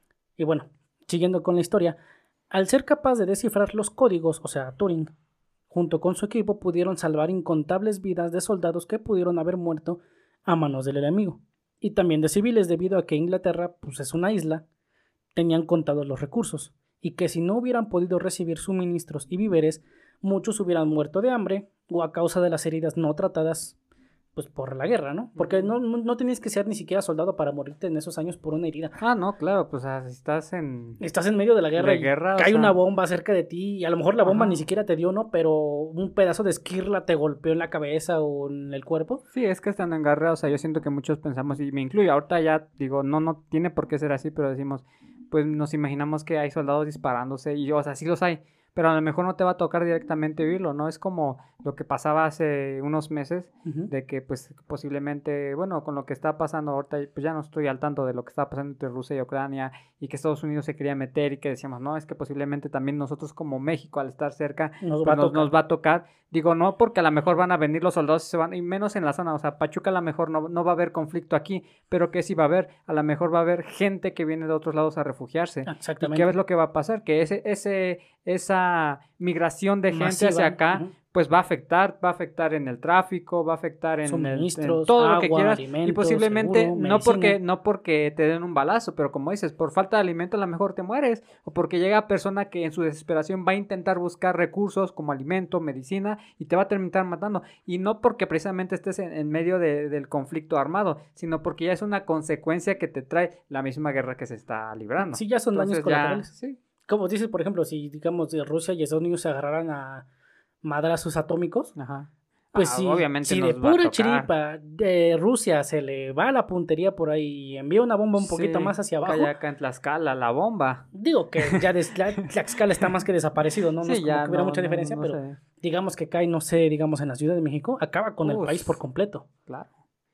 S2: Y bueno, siguiendo con la historia, al ser capaz de descifrar los códigos, o sea, Turing, junto con su equipo pudieron salvar incontables vidas de soldados que pudieron haber muerto a manos del enemigo. Y también de civiles debido a que Inglaterra pues, es una isla, tenían contados los recursos y que si no hubieran podido recibir suministros y víveres, muchos hubieran muerto de hambre o a causa de las heridas no tratadas pues por la guerra, ¿no? Porque no, no, no tenías que ser ni siquiera soldado para morirte en esos años por una herida.
S1: Ah, no, claro, pues o sea, si estás en...
S2: Estás en medio de la guerra
S1: de
S2: y
S1: guerra,
S2: cae
S1: o sea...
S2: una bomba cerca de ti y a lo mejor la bomba
S1: Ajá.
S2: ni siquiera te dio, ¿no? Pero un pedazo de esquirla te golpeó en la cabeza o en el cuerpo.
S1: Sí, es que estando en guerra, o sea, yo siento que muchos pensamos, y me incluyo, ahorita ya digo, no, no tiene por qué ser así, pero decimos, pues nos imaginamos que hay soldados disparándose y, o sea, sí los hay, pero a lo mejor no te va a tocar directamente vivirlo, ¿no? Es como lo que pasaba hace unos meses, uh-huh. de que pues posiblemente, bueno, con lo que está pasando ahorita, pues ya no estoy al tanto de lo que está pasando entre Rusia y Ucrania y que Estados Unidos se quería meter y que decíamos, no, es que posiblemente también nosotros como México al estar cerca
S2: nos,
S1: pues
S2: va,
S1: nos, nos va a tocar, digo, no porque a lo mejor van a venir los soldados y se van, y menos en la zona, o sea, Pachuca a lo mejor no, no va a haber conflicto aquí, pero que sí va a haber, a lo mejor va a haber gente que viene de otros lados a refugiarse.
S2: Exactamente.
S1: ¿Y qué es lo que va a pasar? Que ese, ese, esa migración de gente Masiva. hacia acá, uh-huh. pues va a afectar, va a afectar en el tráfico, va a afectar en, el, en todo
S2: agua,
S1: lo que quieras,
S2: alimentos,
S1: y posiblemente
S2: seguro,
S1: no porque no porque te den un balazo, pero como dices, por falta de alimento a lo mejor te mueres, o porque llega persona que en su desesperación va a intentar buscar recursos como alimento, medicina, y te va a terminar matando, y no porque precisamente estés en, en medio de, del conflicto armado, sino porque ya es una consecuencia que te trae la misma guerra que se está librando.
S2: Sí, ya son Entonces, daños colaterales.
S1: Ya, sí.
S2: Como dices, por ejemplo, si digamos de Rusia y Estados Unidos se agarraran a madrazos atómicos,
S1: Ajá.
S2: pues
S1: ah,
S2: si,
S1: obviamente
S2: si de pura chiripa de Rusia se le va la puntería por ahí y envía una bomba un sí, poquito más hacia abajo.
S1: Cae acá en Tlaxcala, la bomba.
S2: Digo que ya de Tlaxcala está más que desaparecido, ¿no? No sí, es como ya, que hubiera no, mucha no, diferencia, no, no pero sé. Digamos que cae, no sé, digamos en la Ciudad de México, acaba con Uf, el país por completo.
S1: Claro.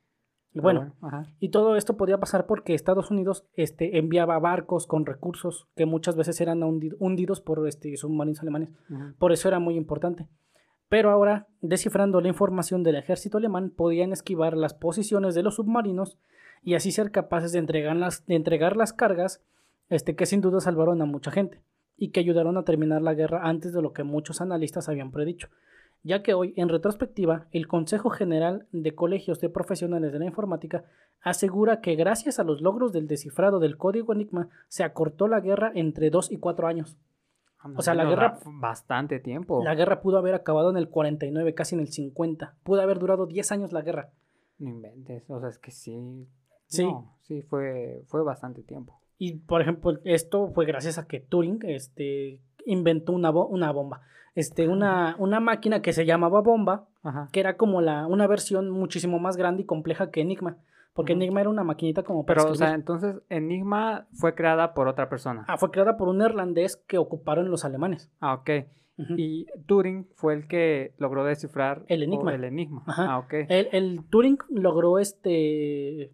S2: Y bueno, Ajá. y todo esto podía pasar porque Estados Unidos este, enviaba barcos con recursos que muchas veces eran hundidos, hundidos por este, submarinos alemanes. Uh-huh. Por eso era muy importante. Pero ahora, descifrando la información del ejército alemán, podían esquivar las posiciones de los submarinos y así ser capaces de entregar las, de entregar las cargas este, que sin duda salvaron a mucha gente y que ayudaron a terminar la guerra antes de lo que muchos analistas habían predicho. Ya que hoy, en retrospectiva, el Consejo General de Colegios de Profesionales de la Informática asegura que gracias a los logros del descifrado del código Enigma se acortó la guerra entre dos y cuatro años.
S1: O sea, la guerra... Bastante tiempo.
S2: La guerra pudo haber acabado en el cuarenta y nueve, casi en el cincuenta. Pudo haber durado diez años la guerra.
S1: No inventes, o sea, es que sí...
S2: Sí.
S1: No, sí, fue, fue bastante tiempo.
S2: Y, por ejemplo, esto fue gracias a que Turing este, inventó una, bo- una bomba. Este, una, una máquina que se llamaba bomba,
S1: Ajá.
S2: que era como la, una versión muchísimo más grande y compleja que Enigma. Porque uh-huh. Enigma era una maquinita como para
S1: Pero,
S2: escribir.
S1: o sea, entonces Enigma fue creada por otra persona.
S2: Ah, fue creada por un neerlandés que ocuparon los alemanes.
S1: Ah, ok. Uh-huh. Y Turing fue el que logró descifrar
S2: el Enigma.
S1: El enigma.
S2: Ajá.
S1: Ah, ok.
S2: El, el Turing logró este...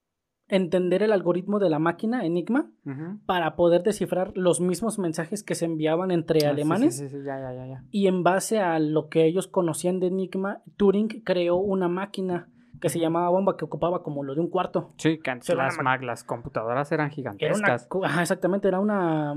S2: entender el algoritmo de la máquina Enigma
S1: uh-huh.
S2: para poder descifrar los mismos mensajes que se enviaban entre
S1: ah,
S2: alemanes.
S1: Sí, sí, sí, ya, ya, ya, ya.
S2: Y en base a lo que ellos conocían de Enigma, Turing creó una máquina que se llamaba bomba, que ocupaba como lo de un cuarto.
S1: Sí, que antes las, ma- las computadoras eran gigantescas.
S2: Era una, ajá, exactamente, era una,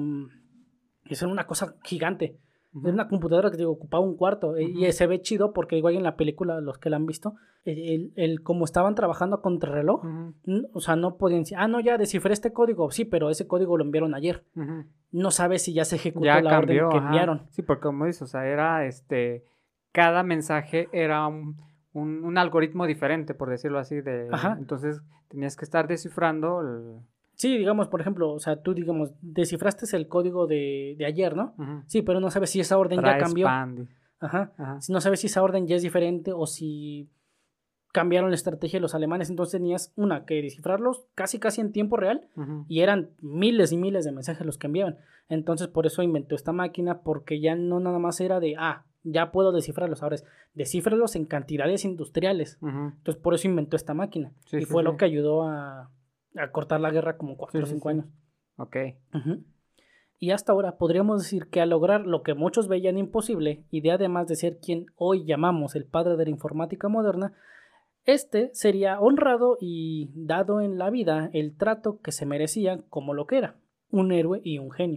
S2: era una cosa gigante. Uh-huh. Era una computadora que digo, ocupaba un cuarto. Uh-huh. Y se ve chido porque igual en la película, los que la han visto, el, el, el como estaban trabajando a contrarreloj, uh-huh. n- o sea, no podían decir, ah, no, ya descifré este código. Sí, pero ese código lo enviaron ayer.
S1: Uh-huh.
S2: No sabes si ya se ejecutó
S1: ya
S2: la
S1: cambió,
S2: orden que
S1: ajá.
S2: enviaron.
S1: Sí, porque como dices, o sea, era este, cada mensaje era un... Un, un algoritmo diferente, por decirlo así, de
S2: Ajá.
S1: Entonces tenías que estar descifrando el...
S2: Sí, digamos, por ejemplo, o sea, tú, digamos, descifraste el código de, de ayer, ¿no?
S1: Uh-huh.
S2: Sí, pero no sabes si esa orden
S1: Trae
S2: ya cambió.
S1: Expand.
S2: Ajá.
S1: Ajá.
S2: No sabes si esa orden ya es diferente o si cambiaron la estrategia de los alemanes. Entonces tenías, una, que descifrarlos casi casi en tiempo real
S1: Uh-huh.
S2: y eran miles y miles de mensajes los que enviaban. Entonces por eso inventó esta máquina, porque ya no nada más era de, ah, ya puedo descifrarlos, ahora es descífralos en cantidades industriales.
S1: Uh-huh.
S2: Entonces por eso inventó esta máquina.
S1: Sí,
S2: y
S1: sí,
S2: fue
S1: sí.
S2: lo que ayudó a, a cortar la guerra como cuatro o
S1: Sí, sí,
S2: cinco
S1: sí.
S2: años.
S1: Ok.
S2: Ujú. Y hasta ahora podríamos decir que al lograr lo que muchos veían imposible, y de además de ser quien hoy llamamos el padre de la informática moderna, este sería honrado y dado en la vida el trato que se merecía como lo que era, un héroe y un genio.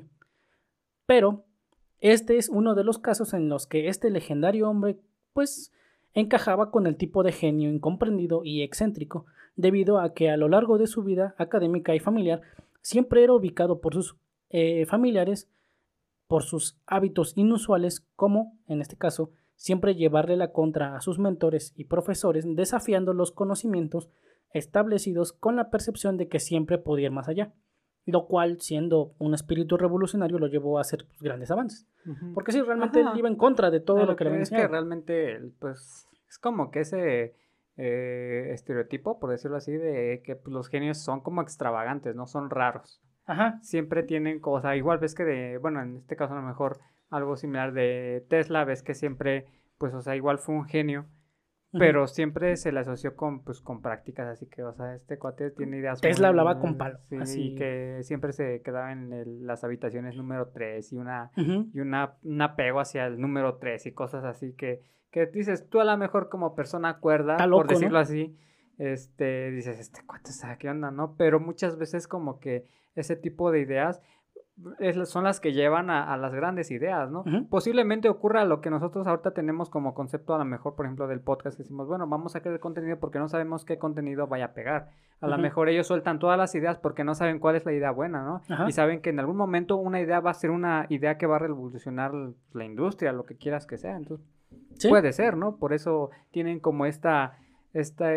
S2: Pero este es uno de los casos en los que este legendario hombre pues encajaba con el tipo de genio incomprendido y excéntrico, debido a que a lo largo de su vida académica y familiar siempre era ubicado por sus eh, familiares por sus hábitos inusuales, como, en este caso, siempre llevarle la contra a sus mentores y profesores, desafiando los conocimientos establecidos con la percepción de que siempre podía ir más allá, lo cual, siendo un espíritu revolucionario, lo llevó a hacer pues, grandes avances.
S1: Ujú.
S2: Porque sí, realmente él
S1: Ajá.
S2: iba en contra de todo
S1: Claro
S2: lo que le habían
S1: es que
S2: enseñado.
S1: realmente, pues, es como que ese eh, estereotipo, por decirlo así, de que pues, los genios son como extravagantes, no son raros.
S2: Ajá,
S1: Siempre tienen cosas, igual ves que de, bueno, en este caso a lo mejor algo similar de Tesla, ves que siempre, pues, o sea, igual fue un genio,
S2: ujú.
S1: pero siempre se le asoció con, pues, con prácticas, así que, o sea, este cuate tiene ideas
S2: Tesla
S1: muy,
S2: hablaba con palo,
S1: sí,
S2: así.
S1: y que siempre se quedaba en el- las habitaciones número tres y una,
S2: Ujú.
S1: y una, un apego hacia el número tres y cosas así que, que dices, tú a lo mejor como persona cuerda,
S2: Está
S1: por
S2: loco,
S1: decirlo
S2: ¿no?
S1: así, este, dices, este cuate, ¿sabe qué onda, no? Pero muchas veces como que ese tipo de ideas es- son las que llevan a, a las grandes ideas, ¿no?
S2: Ujú.
S1: Posiblemente ocurra lo que nosotros ahorita tenemos como concepto, a lo mejor, por ejemplo, del podcast, que decimos, bueno, vamos a crear contenido porque no sabemos qué contenido vaya a pegar. A lo
S2: Ujú.
S1: mejor ellos sueltan todas las ideas porque no saben cuál es la idea buena, ¿no?
S2: Ajá.
S1: Y saben que en algún momento una idea va a ser una idea que va a revolucionar la industria, lo que quieras que sea. Entonces,
S2: Sí,
S1: puede ser, ¿no? Por eso tienen como esta, esta,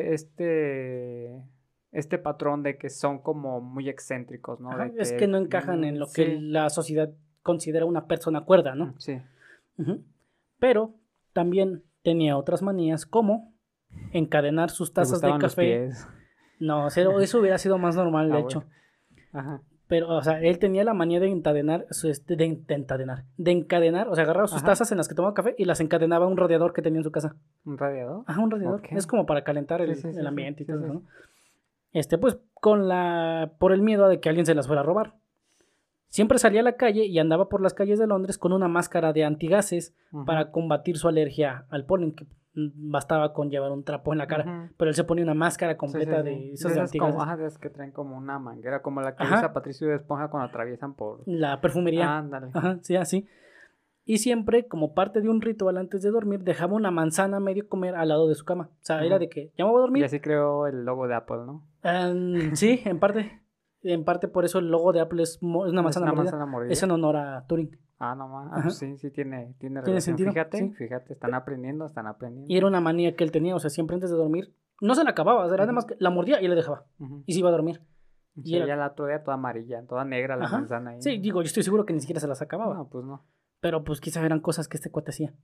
S1: este, este patrón de que son como muy excéntricos, ¿no?
S2: ajá,
S1: De
S2: es que
S1: que,
S2: no encajan en
S1: mm,
S2: lo que
S1: sí,
S2: la sociedad considera una persona cuerda, ¿no?
S1: mm, sí.
S2: Ujú. Pero también tenía otras manías como encadenar sus
S1: Le
S2: tazas de
S1: gustaban los
S2: café.
S1: pies.
S2: No, cero- eso hubiera sido más normal,
S1: Ah,
S2: de
S1: bueno.
S2: hecho.
S1: Ajá.
S2: Pero, o sea, él tenía la manía de encadenar, su, este, de, de encadenar, de encadenar, o sea, agarraba sus
S1: Ajá.
S2: tazas en las que tomaba café y las encadenaba a un radiador que tenía en su casa.
S1: ¿Un radiador?
S2: Ajá, un radiador.
S1: Ok.
S2: Es como para calentar
S1: Sí,
S2: el,
S1: sí,
S2: el
S1: sí, sí.
S2: ambiente y
S1: Sí,
S2: todo
S1: sí,
S2: eso,
S1: sí.
S2: ¿no? Este, pues, con la, por el miedo de que alguien se las fuera a robar. Siempre salía a la calle y andaba por las calles de Londres con una máscara de antigases
S1: Ujú,
S2: para combatir su alergia al polen, que mm, bastaba con llevar un trapo en la cara,
S1: ujú.
S2: pero él se ponía una máscara
S1: Sí, sí,
S2: completa
S1: sí.
S2: de
S1: De
S2: esas de
S1: esas como,
S2: antigases.
S1: ajá, de esas que traen como una manguera, como la que
S2: Ajá,
S1: usa Patricio de Esponja cuando atraviesan por...
S2: la perfumería.
S1: Ándale.
S2: Ajá, sí, así. Y siempre, como parte de un ritual antes de dormir, dejaba una manzana a medio comer al lado de su cama. O sea, era
S1: Ujú.
S2: de que ya me voy a
S1: Y
S2: dormir.
S1: así creó el logo de Apple, ¿no?
S2: Em, sí, en parte. En parte por eso el logo de Apple es, mo- es una
S1: Es
S2: manzana
S1: una
S2: mordida.
S1: manzana mordida.
S2: Es en honor a Turing.
S1: Ah, no más. Ah,
S2: Ajá.
S1: pues sí, sí tiene, tiene
S2: Tiene
S1: relación.
S2: sentido,
S1: Fíjate,
S2: sí.
S1: fíjate, están aprendiendo, están aprendiendo.
S2: Y era una manía que él tenía, o sea, siempre antes de dormir, no se la acababa, o sea, era
S1: Ujú.
S2: además que la mordía y la dejaba.
S1: Ujú.
S2: Y se iba a dormir. Y
S1: Sí,
S2: era,
S1: ya la otro día toda amarilla, toda negra la
S2: ajá.
S1: manzana ahí.
S2: Sí, digo, yo estoy seguro que ni siquiera se las acababa.
S1: No, pues no.
S2: Pero pues quizás eran cosas que este cuate hacía.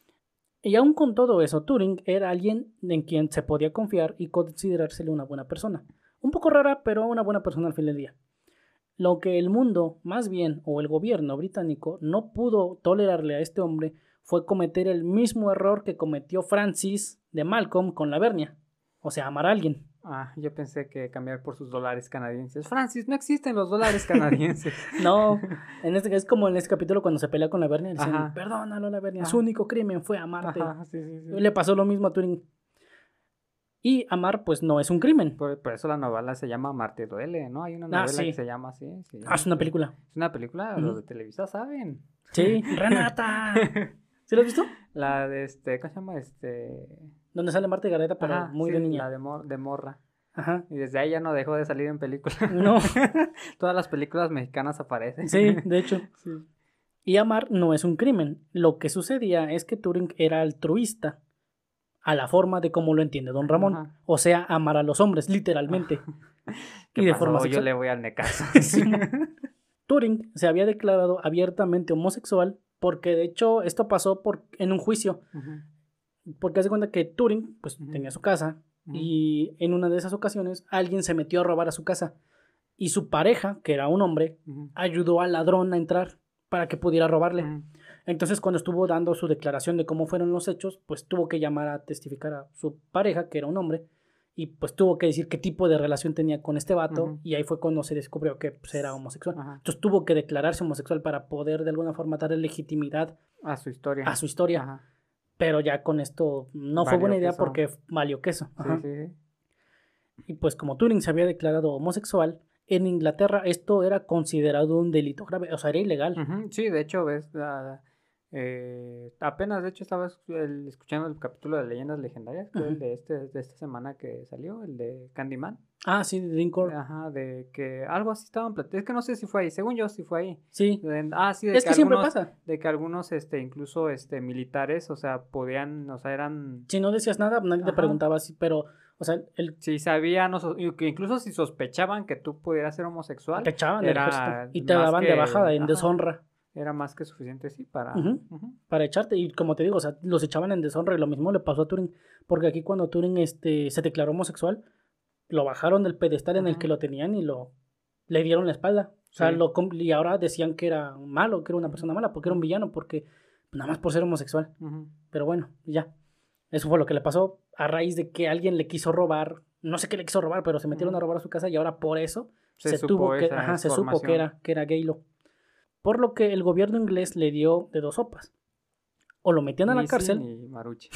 S2: Y aún con todo eso, Turing era alguien en quien se podía confiar y considerársele una buena persona. Un poco rara, pero una buena persona al fin del día. Lo que el mundo, más bien, o el gobierno británico, no pudo tolerarle a este hombre fue cometer el mismo error que cometió Francis de Malcolm con la Bernia. O sea, amar a alguien.
S1: Ah, yo pensé que cambiar por sus dólares canadienses. Francis, no existen los dólares canadienses.
S2: No, en este, es como en este capítulo cuando se pelea con la Bernia. Le dicen,
S1: Ajá.
S2: perdónalo, la Bernia. Su
S1: Ajá.
S2: único crimen fue amarte.
S1: Ajá, sí, sí, sí.
S2: Le pasó lo mismo a Turing. Y amar, pues, no es un crimen.
S1: Por, por eso la novela se llama Marte duele, ¿no? Hay una
S2: Ah,
S1: novela
S2: sí.
S1: que se llama así. Sí,
S2: Ah, es una
S1: sí.
S2: película.
S1: Es una película,
S2: Ujú.
S1: los de Televisa saben.
S2: Sí, Renata. ¿Sí lo has visto?
S1: La de este, ¿cómo se llama? Este...
S2: Donde sale Marta Gareda, pero
S1: Ajá,
S2: muy
S1: sí,
S2: de niña.
S1: la de, mor- de morra.
S2: Ajá.
S1: Y desde ahí ya no dejó de salir en películas.
S2: No,
S1: Todas las películas mexicanas aparecen.
S2: sí, de hecho.
S1: Sí.
S2: Y amar no es un crimen. Lo que sucedía es que Turing era altruista, a la forma de cómo lo entiende Don Ramón.
S1: Ajá.
S2: O sea, amar a los hombres, literalmente.
S1: ¿Qué
S2: Y de
S1: pasó?
S2: forma
S1: Yo
S2: sexual.
S1: le voy al Necaxa.
S2: Sí. Turing se había declarado abiertamente homosexual porque de hecho esto pasó por, en un juicio.
S1: Ujú,
S2: Porque hace cuenta que Turing pues,
S1: Ujú.
S2: tenía su casa
S1: ujú,
S2: y en una de esas ocasiones alguien se metió a robar a su casa y su pareja, que era un hombre,
S1: ujú,
S2: ayudó al ladrón a entrar para que pudiera robarle.
S1: ujú.
S2: Entonces cuando estuvo dando su declaración de cómo fueron los hechos, pues tuvo que llamar a testificar a su pareja, que era un hombre, y pues tuvo que decir qué tipo de relación tenía con este vato,
S1: uh-huh.
S2: y ahí fue cuando se descubrió que pues, era homosexual.
S1: Uh-huh.
S2: Entonces tuvo que declararse homosexual para poder de alguna forma darle legitimidad
S1: a su historia.
S2: A su historia.
S1: Uh-huh.
S2: Pero ya con esto no
S1: valió
S2: fue buena idea
S1: queso.
S2: porque valió queso.
S1: Sí, sí, sí.
S2: Y pues como Turing se había declarado homosexual, en Inglaterra esto era considerado un delito grave, o sea, era ilegal.
S1: Uh-huh. Sí, de hecho, ves, uh, eh, apenas de hecho estaba el, escuchando el capítulo de Leyendas Legendarias, que uh-huh. el de, este, de esta semana que salió, el de Candyman.
S2: Ah, sí, de Lincoln.
S1: Ajá, de que algo así estaban platicando. Es que no sé si fue ahí, según yo sí fue ahí.
S2: Sí.
S1: De, ah, sí, de
S2: es
S1: que,
S2: que siempre
S1: algunos,
S2: pasa.
S1: De que algunos, este, incluso, este, militares, o sea, podían, o sea, eran...
S2: Si no decías nada, nadie Ajá. te preguntaba así, pero, o sea, el...
S1: Si sabían, o que incluso si sospechaban que tú pudieras ser homosexual...
S2: Te echaban del ejército y te daban que, de baja en Ajá, deshonra.
S1: Era más que suficiente, sí, para...
S2: Uh-huh. Uh-huh. Para echarte, y como te digo, o sea, los echaban en deshonra, y lo mismo le pasó a Turing, porque aquí cuando Turing, este, se declaró homosexual, lo bajaron del pedestal en uh-huh. el que lo tenían y lo le dieron la espalda. O sea, sí. lo, y ahora decían que era malo, que era una persona mala, porque era un villano, porque nada más por ser homosexual. Uh-huh. Pero bueno, ya. Eso fue lo que le pasó a raíz de que alguien le quiso robar, no sé qué le quiso robar, pero se metieron uh-huh. a robar a su casa y ahora por eso se, se tuvo que, ajá, se supo que era, que era gaylo. Por lo que el gobierno inglés le dio de dos sopas. O lo metían a la
S1: Missy
S2: cárcel.
S1: Y Maruchi.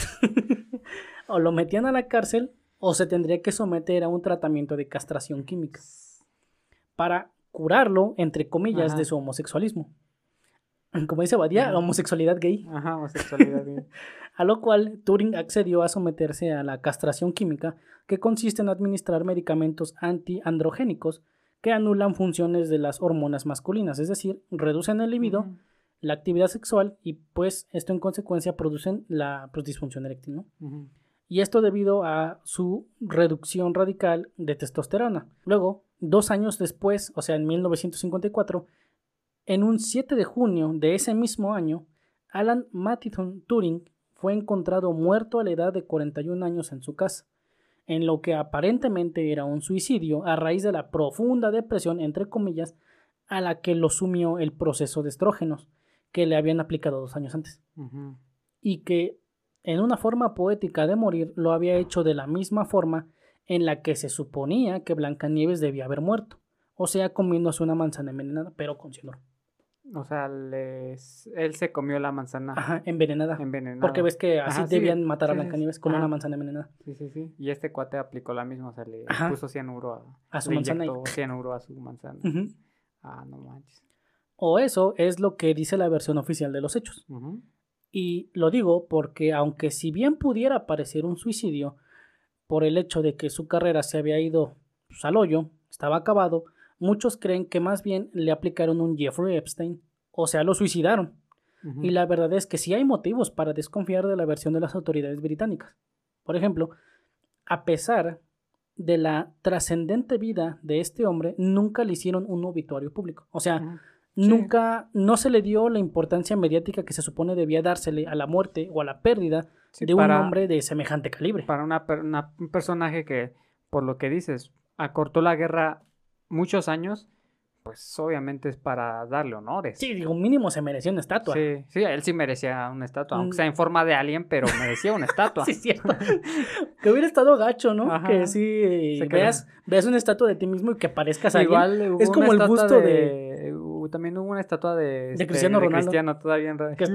S2: O lo metían a la cárcel o se tendría que someter a un tratamiento de castración química para curarlo, entre comillas, Ajá. de su homosexualismo. Como dice Badía, Ajá. homosexualidad gay.
S1: Ajá, homosexualidad gay.
S2: A lo cual Turing accedió a someterse a la castración química, que consiste en administrar medicamentos antiandrogénicos que anulan funciones de las hormonas masculinas, es decir, reducen el libido, uh-huh. la actividad sexual y pues esto en consecuencia producen la pues, disfunción eréctil, ¿no? Uh-huh. Y esto debido a su reducción radical de testosterona. Luego, dos años después, o sea en mil novecientos cincuenta y cuatro, en un siete de junio de ese mismo año, Alan Matheson Turing fue encontrado muerto a la edad de cuarenta y un años en su casa, en lo que aparentemente era un suicidio a raíz de la profunda depresión, entre comillas, a la que lo sumió el proceso de estrógenos que le habían aplicado dos años antes. Uh-huh. Y que en una forma poética de morir lo había hecho de la misma forma en la que se suponía que Blancanieves debía haber muerto, o sea, comiéndose una manzana envenenada, pero con cianuro.
S1: O sea, les... él se comió la manzana.
S2: Ajá, envenenada.
S1: Envenenada.
S2: Porque ves que así
S1: Ajá,
S2: debían
S1: sí,
S2: matar
S1: sí,
S2: a Blancanieves
S1: sí,
S2: con
S1: ajá.
S2: una manzana envenenada.
S1: Sí, sí, sí. Y este cuate aplicó la misma, o sea, le
S2: Ajá.
S1: puso cianuro a,
S2: a su
S1: le
S2: manzana.
S1: inyectó cianuro a su manzana.
S2: Uh-huh.
S1: Ah, no manches.
S2: O eso es lo que dice la versión oficial de los hechos. Uh-huh. Y lo digo porque aunque si bien pudiera parecer un suicidio por el hecho de que su carrera se había ido pues, al hoyo, estaba acabado, muchos creen que más bien le aplicaron un Jeffrey Epstein, o sea, lo suicidaron. Uh-huh. Y la verdad es que sí hay motivos para desconfiar de la versión de las autoridades británicas. Por ejemplo, a pesar de la trascendente vida de este hombre, nunca le hicieron un obituario público. O sea, uh-huh. Sí. Nunca, no se le dio la importancia mediática que se supone debía dársele a la muerte o a la pérdida sí, de para, un hombre de semejante calibre.
S1: Para una, una, un personaje que, por lo que dices, acortó la guerra muchos años, pues obviamente es para darle honores.
S2: Sí, digo, mínimo se merecía una estatua.
S1: Sí, sí, él sí merecía una estatua, aunque sea en forma de alien, pero merecía una estatua.
S2: Sí, cierto. Que hubiera estado gacho, ¿no? Ajá. Que sí, veas, veas una estatua de ti mismo y que parezcas
S1: igual
S2: alguien. Es como el busto de...
S1: de... También hubo una estatua de,
S2: de
S1: este,
S2: Cristiano
S1: de
S2: Ronaldo.
S1: Cristiano, todavía en realidad.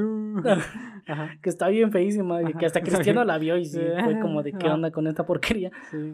S2: Que, Ajá. que está bien feísima. Y que hasta Cristiano la vio y sí, fue como de qué onda con esta porquería.
S1: Sí.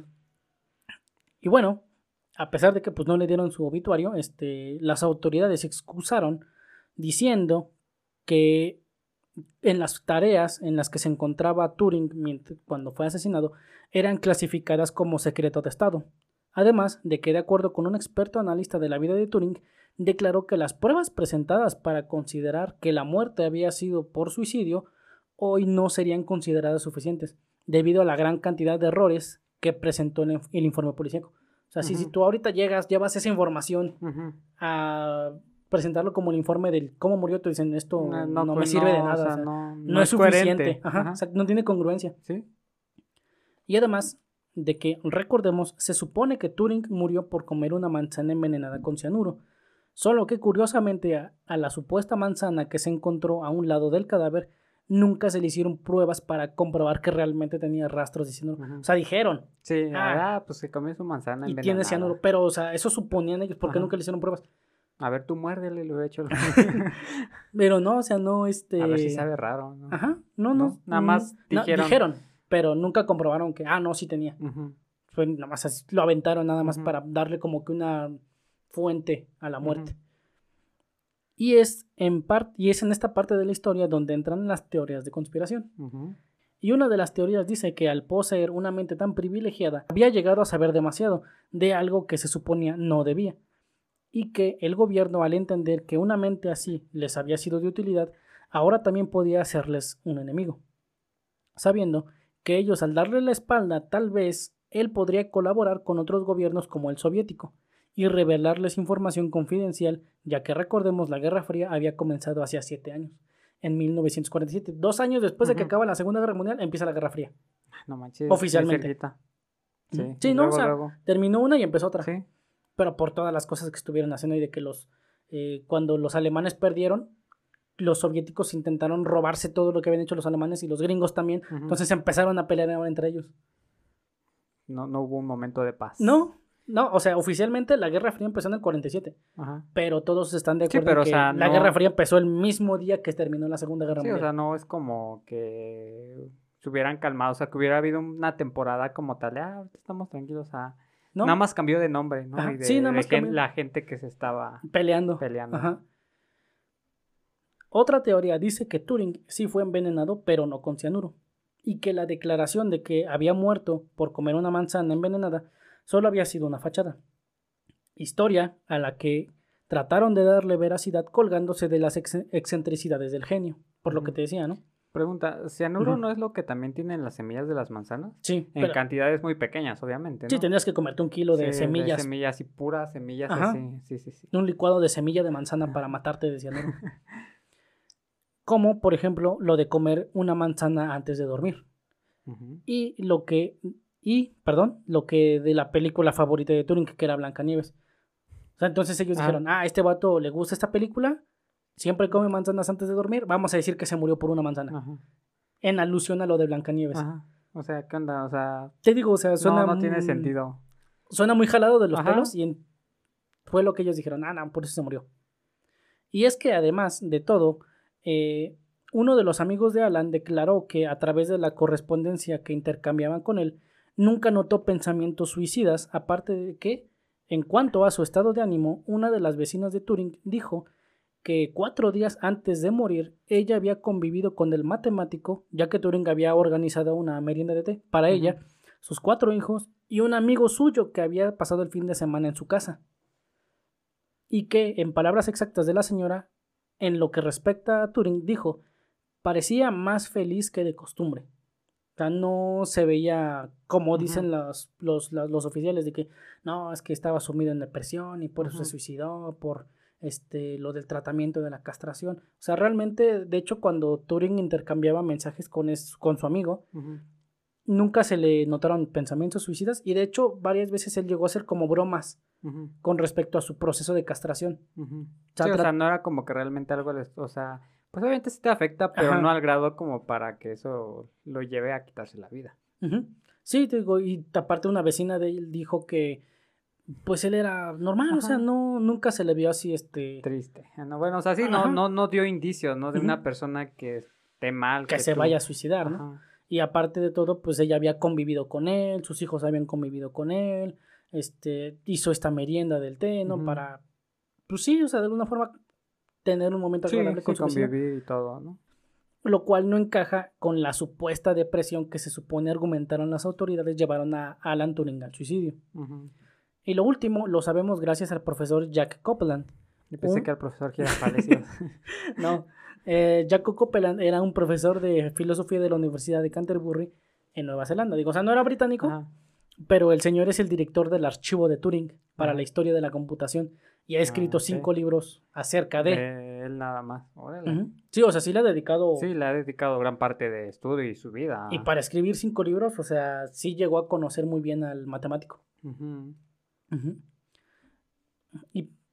S2: Y bueno, a pesar de que pues, no le dieron su obituario, este, las autoridades se excusaron diciendo que en las tareas en las que se encontraba Turing cuando fue asesinado eran clasificadas como secreto de Estado. Además de que, de acuerdo con un experto analista de la vida de Turing, declaró que las pruebas presentadas para considerar que la muerte había sido por suicidio hoy no serían consideradas suficientes, debido a la gran cantidad de errores que presentó el, el informe policíaco. O sea, uh-huh. si, si tú ahorita llegas, llevas esa información uh-huh. a presentarlo como el informe de cómo murió, te dicen, esto no, no, no me sirve no, de nada, o sea, o sea, no, no, no es suficiente, Ajá, Ajá. O sea, no tiene congruencia.
S1: ¿Sí?
S2: Y además de que, recordemos, se supone que Turing murió por comer una manzana envenenada con cianuro, solo que curiosamente a, a la supuesta manzana que se encontró a un lado del cadáver nunca se le hicieron pruebas para comprobar que realmente tenía rastros de cianuro. Uh-huh. O sea, dijeron.
S1: Sí, ah, pues se comió su manzana
S2: envenenada. Y tiene cianuro, pero, o sea, eso suponían ellos, ¿por qué nunca le hicieron pruebas?
S1: A ver, tú muérdele, lo he hecho.
S2: Pero no, o sea, no, este...
S1: A ver si sabe raro, ¿no?
S2: Ajá, no, no.
S1: no nada más dijeron.
S2: No, dijeron, pero nunca comprobaron que, ah, no, sí tenía. Uh-huh. Fue nada más así, lo aventaron nada más uh-huh. para darle como que una fuente a la muerte. Uh-huh. Y es, en part, y es en esta parte de la historia donde entran las teorías de conspiración. Uh-huh. Y una de las teorías dice que al poseer una mente tan privilegiada, había llegado a saber demasiado de algo que se suponía no debía. Y que el gobierno, al entender que una mente así les había sido de utilidad, ahora también podía hacerles un enemigo. Sabiendo que ellos, al darle la espalda, tal vez él podría colaborar con otros gobiernos como el soviético y revelarles información confidencial, ya que recordemos la Guerra Fría había comenzado hace siete años, en mil novecientos cuarenta y siete. Dos años después uh-huh. de que acaba la Segunda Guerra Mundial, empieza la Guerra Fría.
S1: No manches.
S2: Oficialmente. Sí, sí no, luego, o sea, luego. terminó una y empezó otra. Sí. Pero por todas las cosas que estuvieron haciendo y de que los eh, cuando los alemanes perdieron, los soviéticos intentaron robarse todo lo que habían hecho los alemanes y los gringos también. Uh-huh. Entonces empezaron a pelear entre ellos.
S1: No, no hubo un momento de paz.
S2: No, no, o sea, oficialmente la Guerra Fría empezó en el cuarenta y siete. Ajá. Pero todos están de acuerdo sí, pero, en que o sea, la no... Guerra Fría empezó el mismo día que terminó la Segunda Guerra
S1: sí,
S2: Mundial.
S1: Sí, o sea, no es como que se hubieran calmado, o sea, que hubiera habido una temporada como tal, ah, estamos tranquilos, o sea, ¿no? Nada más cambió de nombre, ¿no?
S2: Ajá.
S1: Y de,
S2: sí, nada más
S1: de
S2: cambió.
S1: La gente que se estaba
S2: peleando.
S1: peleando.
S2: Ajá. Otra teoría dice que Turing sí fue envenenado, pero no con cianuro, y que la declaración de que había muerto por comer una manzana envenenada solo había sido una fachada. Historia a la que trataron de darle veracidad colgándose de las ex- excentricidades del genio, por uh-huh. lo que te decía, ¿no?
S1: Pregunta, ¿cianuro uh-huh. no es lo que también tienen las semillas de las manzanas?
S2: Sí.
S1: En pero... cantidades muy pequeñas, obviamente, ¿no?
S2: Sí, tenías que comerte un kilo de
S1: sí,
S2: semillas.
S1: De semillas y puras semillas
S2: Ajá.
S1: así, sí, sí, sí.
S2: Un licuado de semilla de manzana para matarte de cianuro. Como, por ejemplo, lo de comer una manzana antes de dormir. Uh-huh. Y lo que... Y, perdón, lo que de la película favorita de Turing, que era Blancanieves. O sea, entonces ellos ah. dijeron, ah, a este vato le gusta esta película, siempre come manzanas antes de dormir, vamos a decir que se murió por una manzana. Ajá. En alusión a lo de Blancanieves.
S1: Ajá. O sea, ¿qué onda? O sea...
S2: Te digo, o sea, suena...
S1: No, no tiene sentido.
S2: Suena muy jalado de los
S1: Ajá.
S2: pelos y en, fue lo que ellos dijeron, ah, no, por eso se murió. Y es que además de todo, eh, uno de los amigos de Alan declaró que a través de la correspondencia que intercambiaban con él, nunca notó pensamientos suicidas, aparte de que, en cuanto a su estado de ánimo, una de las vecinas de Turing dijo que cuatro días antes de morir, ella había convivido con el matemático, ya que Turing había organizado una merienda de té para uh-huh. ella, sus cuatro hijos y un amigo suyo que había pasado el fin de semana en su casa. Y que, en palabras exactas de la señora, en lo que respecta a Turing, dijo, parecía más feliz que de costumbre. O sea, no se veía como uh-huh. dicen los, los, los, los oficiales de que no, es que estaba sumido en depresión y por uh-huh. eso se suicidó, por este, lo del tratamiento de la castración. O sea, realmente, de hecho, cuando Turing intercambiaba mensajes con, es, con su amigo, uh-huh. nunca se le notaron pensamientos suicidas y de hecho varias veces él llegó a hacer como bromas uh-huh. con respecto a su proceso de castración.
S1: Uh-huh. O sea, sí, tra- o sea, no era como que realmente algo, les, o sea... Pues obviamente sí te afecta, pero Ajá. no al grado como para que eso lo lleve a quitarse la vida.
S2: Uh-huh. Sí, te digo, y aparte una vecina de él dijo que pues él era normal, Ajá. o sea, no, nunca se le vio así, este...
S1: Triste. No, bueno, o sea, sí, no, no, no dio indicios, ¿no? De uh-huh. una persona que esté mal.
S2: Que, que se tú... vaya a suicidar, ¿no? Ajá. Y aparte de todo, pues ella había convivido con él, sus hijos habían convivido con él, este, hizo esta merienda del té, ¿no? Uh-huh. Para, pues sí, o sea, de alguna forma... tener un momento agradable
S1: sí,
S2: con
S1: sí,
S2: su
S1: convivir
S2: vecina,
S1: y todo, ¿no?
S2: Lo cual no encaja con la supuesta depresión que se supone argumentaron las autoridades llevaron a Alan Turing al suicidio. Uh-huh. Y lo último lo sabemos gracias al profesor Jack Copeland.
S1: Yo pensé un... que el profesor que era fallecido.
S2: No, eh, Jack Copeland era un profesor de filosofía de la Universidad de Canterbury en Nueva Zelanda. Digo, o sea, no era británico, uh-huh. pero el señor es el director del archivo de Turing para uh-huh. la historia de la computación. Y ha escrito ah, okay. cinco libros acerca de...
S1: de él nada más.
S2: Uh-huh. Sí, o sea, sí le ha dedicado...
S1: Sí, le ha dedicado gran parte de estudio y su vida.
S2: Y para escribir cinco libros, o sea, sí llegó a conocer muy bien al matemático. Uh-huh. Uh-huh. Y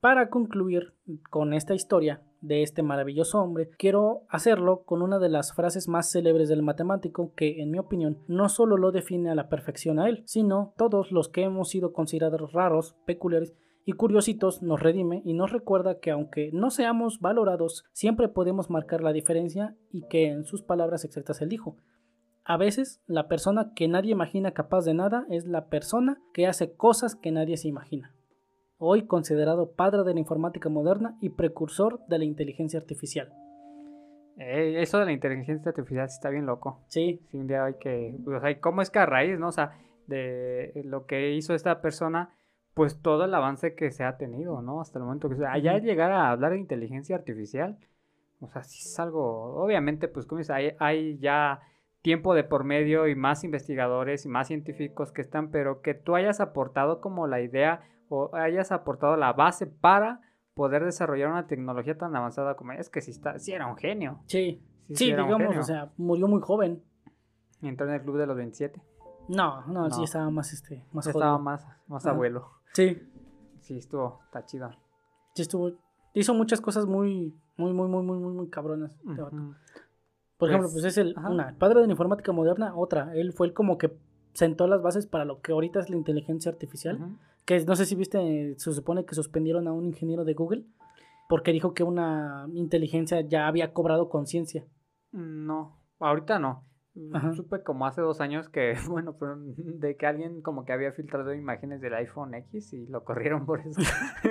S2: Para concluir con esta historia de este maravilloso hombre, quiero hacerlo con una de las frases más célebres del matemático que, en mi opinión, no solo lo define a la perfección a él, sino todos los que hemos sido considerados raros, peculiares y curiositos nos redime y nos recuerda que aunque no seamos valorados, siempre podemos marcar la diferencia y que en sus palabras exactas él dijo: a veces la persona que nadie imagina capaz de nada es la persona que hace cosas que nadie se imagina. Hoy considerado padre de la informática moderna y precursor de la inteligencia artificial.
S1: Eh, eso de la inteligencia artificial está bien loco.
S2: Sí.
S1: Sí, un día hay que... O sea, ¿cómo es que a raíz, no? O sea, de lo que hizo esta persona, pues todo el avance que se ha tenido, ¿no? Hasta el momento que... O sea, allá uh-huh. llegar a hablar de inteligencia artificial, o sea, sí es algo... Obviamente, pues, como dices, hay, hay ya tiempo de por medio y más investigadores y más científicos que están, pero que tú hayas aportado como la idea... o hayas aportado la base para poder desarrollar una tecnología tan avanzada como es que sí, está, sí era un genio.
S2: Sí, sí, sí, sí digamos, o sea, murió muy joven.
S1: ¿Y entró en el club de los veintisiete?
S2: No, no, no. sí estaba más, este, más
S1: joven. Estaba más, más abuelo.
S2: Sí.
S1: Sí, estuvo, está chido.
S2: Sí, estuvo, hizo muchas cosas muy, muy, muy, muy, muy, muy, muy cabronas. Uh-huh. Por pues, ejemplo, pues es el, una, el padre de la informática moderna, otra, él fue el como que sentó las bases para lo que ahorita es la inteligencia artificial. Uh-huh. Que no sé si viste, se supone que suspendieron a un ingeniero de Google porque dijo que una inteligencia ya había cobrado conciencia.
S1: No, ahorita no. Ajá. Supe como hace dos años que, bueno, pero de que alguien como que había filtrado imágenes del iPhone X y lo corrieron por eso.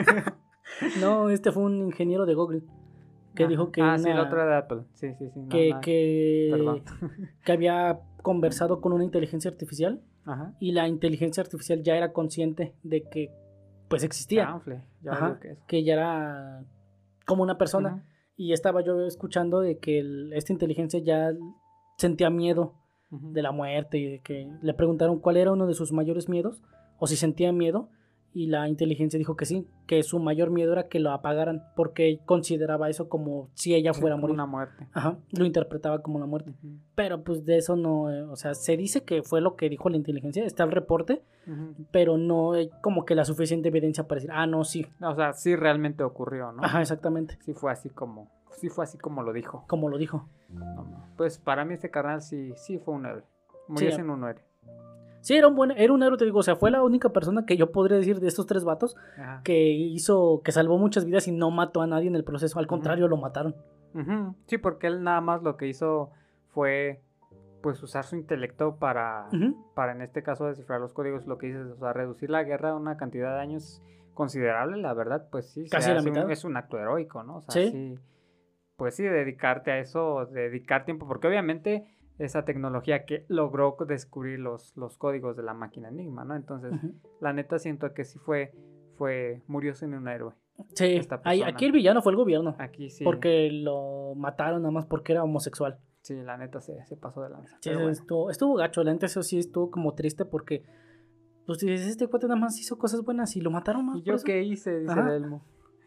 S2: No, este fue un ingeniero de Google que Ajá. dijo que...
S1: Ah,
S2: una,
S1: sí, el otro de Apple. Sí, sí, sí. No,
S2: que,
S1: no.
S2: que, que había conversado con una inteligencia artificial.
S1: Ajá.
S2: Y la inteligencia artificial ya era consciente de que pues existía.
S1: Chanfle, ya
S2: Ajá,
S1: que, eso.
S2: que ya era como una persona. Uh-huh. Y estaba yo escuchando de que el, esta inteligencia ya sentía miedo uh-huh. de la muerte y de que le preguntaron cuál era uno de sus mayores miedos o si sentía miedo. Y la inteligencia dijo que sí, que su mayor miedo era que lo apagaran porque consideraba eso como si ella fuera a morir.
S1: Una muerte.
S2: Ajá, lo interpretaba como una muerte.
S1: Uh-huh.
S2: Pero pues de eso no, eh, o sea, se dice que fue lo que dijo la inteligencia, está el reporte,
S1: uh-huh.
S2: pero no hay como que la suficiente evidencia para decir, ah, no, sí.
S1: O sea, sí realmente ocurrió, ¿no?
S2: Ajá, exactamente.
S1: Sí fue así como, sí fue así como lo dijo.
S2: Como lo dijo.
S1: No, pues para mí este carnal sí, sí fue un héroe. Murió
S2: sí,
S1: siendo un héroe.
S2: Sí, era un buen, era un héroe, te digo, o sea, fue la única persona que yo podría decir de estos tres vatos Ajá. que hizo, que salvó muchas vidas y no mató a nadie en el proceso, al contrario, uh-huh. lo mataron.
S1: Uh-huh. Sí, porque él nada más lo que hizo fue, pues, usar su intelecto para, uh-huh. para en este caso, descifrar los códigos, lo que dices, o sea, reducir la guerra a una cantidad de años considerable, la verdad, pues sí,
S2: casi la mitad.
S1: Un, es un acto heroico, ¿no? O sea,
S2: sí.
S1: sí, pues sí, dedicarte a eso, dedicar tiempo, porque obviamente... esa tecnología que logró descubrir los, los códigos de la máquina Enigma, ¿no? Entonces, uh-huh. la neta siento que sí fue, fue murió siendo un héroe.
S2: Sí, Ahí, aquí el villano fue el gobierno.
S1: Aquí sí.
S2: Porque lo mataron nada más porque era homosexual.
S1: Sí, la neta se, se pasó de lanza.
S2: Sí, bueno. estuvo, estuvo gacho, la neta eso sí estuvo como triste porque, pues dices, este cuate nada más hizo cosas buenas y lo mataron más.
S1: ¿Y yo qué hice? Dice Delmo.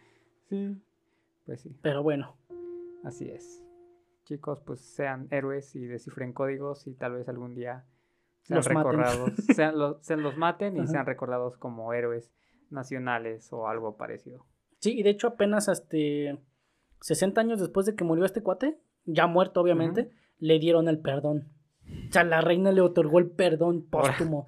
S1: Sí, pues sí.
S2: Pero bueno.
S1: Así es. Chicos, pues sean héroes y descifren códigos y tal vez algún día sean los recordados, sean, lo, se los maten y Ajá. sean recordados como héroes nacionales o algo parecido.
S2: Sí, y de hecho apenas hasta sesenta años después de que murió este cuate, ya muerto obviamente, uh-huh. le dieron el perdón. O sea, la reina le otorgó el perdón póstumo.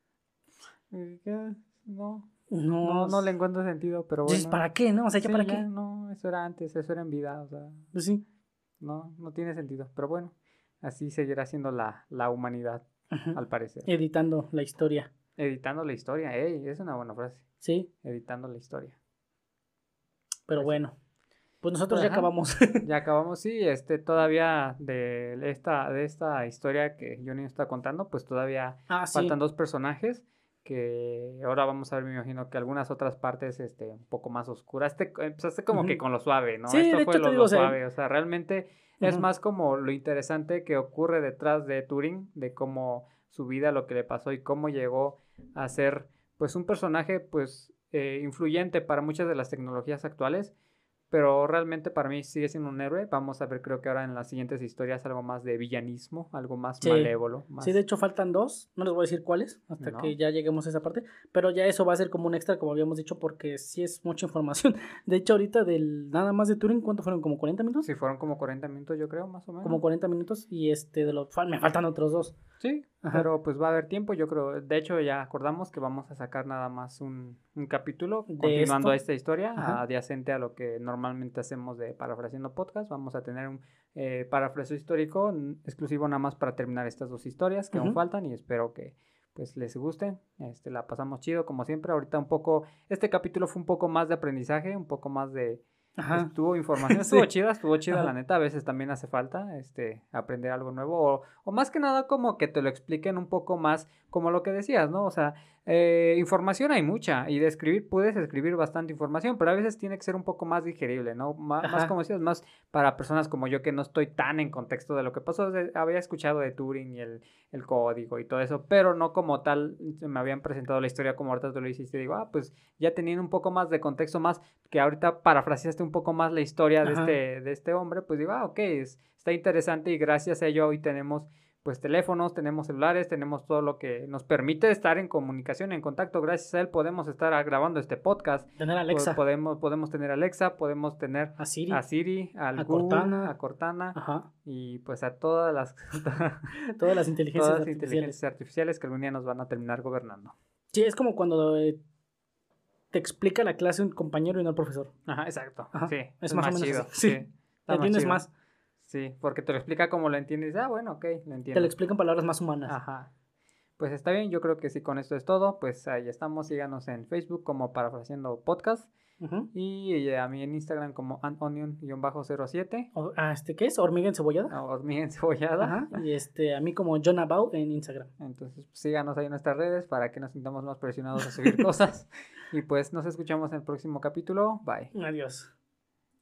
S1: No, no, no, no le encuentro sentido, pero bueno.
S2: ¿Para qué, no? O sea, ¿ya sí, para
S1: ya,
S2: qué?
S1: No, eso era antes, eso era en vida, o sea.
S2: Pues sí.
S1: No, no tiene sentido, pero bueno, así seguirá siendo la, la humanidad, uh-huh. al parecer.
S2: Editando la historia.
S1: Editando la historia, ey, es una buena frase.
S2: Sí.
S1: Editando la historia.
S2: Pero pues, bueno, pues nosotros pues, ya acabamos.
S1: Ya acabamos, sí, este, todavía de esta, de esta historia que Johnny está contando, pues todavía
S2: ah,
S1: faltan
S2: sí.
S1: dos personajes que ahora vamos a ver, me imagino que algunas otras partes este un poco más oscuras. Este, empezaste como uh-huh. que con lo suave, ¿no?
S2: Sí,
S1: Esto
S2: de
S1: fue
S2: hecho,
S1: lo,
S2: te digo,
S1: lo suave, o sea, realmente uh-huh. es más como lo interesante que ocurre detrás de Turing, de cómo su vida, lo que le pasó y cómo llegó a ser pues un personaje pues eh, influyente para muchas de las tecnologías actuales, pero realmente para mí sigue siendo un héroe. Vamos a ver, creo que ahora en las siguientes historias algo más de villanismo, algo más
S2: Sí.
S1: malévolo. Más...
S2: Sí, de hecho faltan dos, no les voy a decir cuáles hasta
S1: No.
S2: que ya lleguemos a esa parte, pero ya eso va a ser como un extra, como habíamos dicho, porque sí es mucha información. De hecho, ahorita del nada más de Turing, ¿cuánto fueron? ¿Como cuarenta minutos?
S1: Sí, fueron como cuarenta minutos, yo creo, más o menos.
S2: Como cuarenta minutos y este de los me faltan otros dos.
S1: Sí, Ajá. pero pues va a haber tiempo, yo creo. De hecho, ya acordamos que vamos a sacar nada más un, un capítulo
S2: ¿De
S1: continuando
S2: esto?
S1: esta historia,
S2: Ajá.
S1: adyacente a lo que normalmente hacemos de Parafraseando Podcast. Vamos a tener un eh, parafraseo histórico exclusivo nada más para terminar estas dos historias que uh-huh. aún faltan, y espero que pues les gusten. Este, la pasamos chido como siempre. Ahorita un poco, este capítulo fue un poco más de aprendizaje, un poco más de... Ajá. Estuvo información, estuvo sí. chida, estuvo chida, Ajá. la neta. A veces también hace falta este, aprender algo nuevo, o, o más que nada como que te lo expliquen un poco más, como lo que decías, ¿no? O sea, eh, información hay mucha, y de escribir puedes escribir bastante información, pero a veces tiene que ser un poco más digerible, ¿no? Má, más como decías, más para personas como yo que no estoy tan en contexto de lo que pasó. Había escuchado de Turing y el, el código y todo eso, pero no como tal me habían presentado la historia como ahorita tú lo hiciste. Digo, ah, pues ya teniendo un poco más de contexto, más que ahorita parafraseaste un poco más la historia de este, de este hombre, pues digo, ah, ok, es, está interesante, y gracias a ello hoy tenemos pues teléfonos, tenemos celulares, tenemos todo lo que nos permite estar en comunicación, en contacto. Gracias a él podemos estar grabando este podcast.
S2: Tener Alexa.
S1: Podemos, podemos tener Alexa, podemos tener
S2: a Siri,
S1: a, Siri, al
S2: a
S1: Google,
S2: Cortana,
S1: a Cortana,
S2: Ajá.
S1: y pues a todas las
S2: todas las inteligencias,
S1: todas las
S2: artificiales.
S1: inteligencias artificiales que algún día nos van a terminar gobernando.
S2: Sí, es como cuando eh, te explica la clase un compañero y no el profesor.
S1: Ajá, exacto.
S2: Ajá.
S1: Sí,
S2: es,
S1: es
S2: más,
S1: más
S2: o menos
S1: chido.
S2: Así. Sí,
S1: sí
S2: te entiendes
S1: más,
S2: más.
S1: Sí, porque te lo explica como lo entiendes. Ah, bueno, ok, lo entiendo.
S2: Te lo explica en palabras más humanas.
S1: Ajá. Pues está bien, yo creo que sí, con esto es todo. Pues ahí estamos, síganos en Facebook como Parafraseando Podcast. Uh-huh. Y a mí en Instagram como anonion cero siete.
S2: ¿A este qué es? ¿Hormiga encebollada?
S1: No, hormiga encebollada.
S2: Ajá. Y este, a mí como John About en Instagram.
S1: Entonces, pues, síganos ahí en nuestras redes para que nos sintamos más presionados a subir cosas. Y pues nos escuchamos en el próximo capítulo. Bye.
S2: Adiós.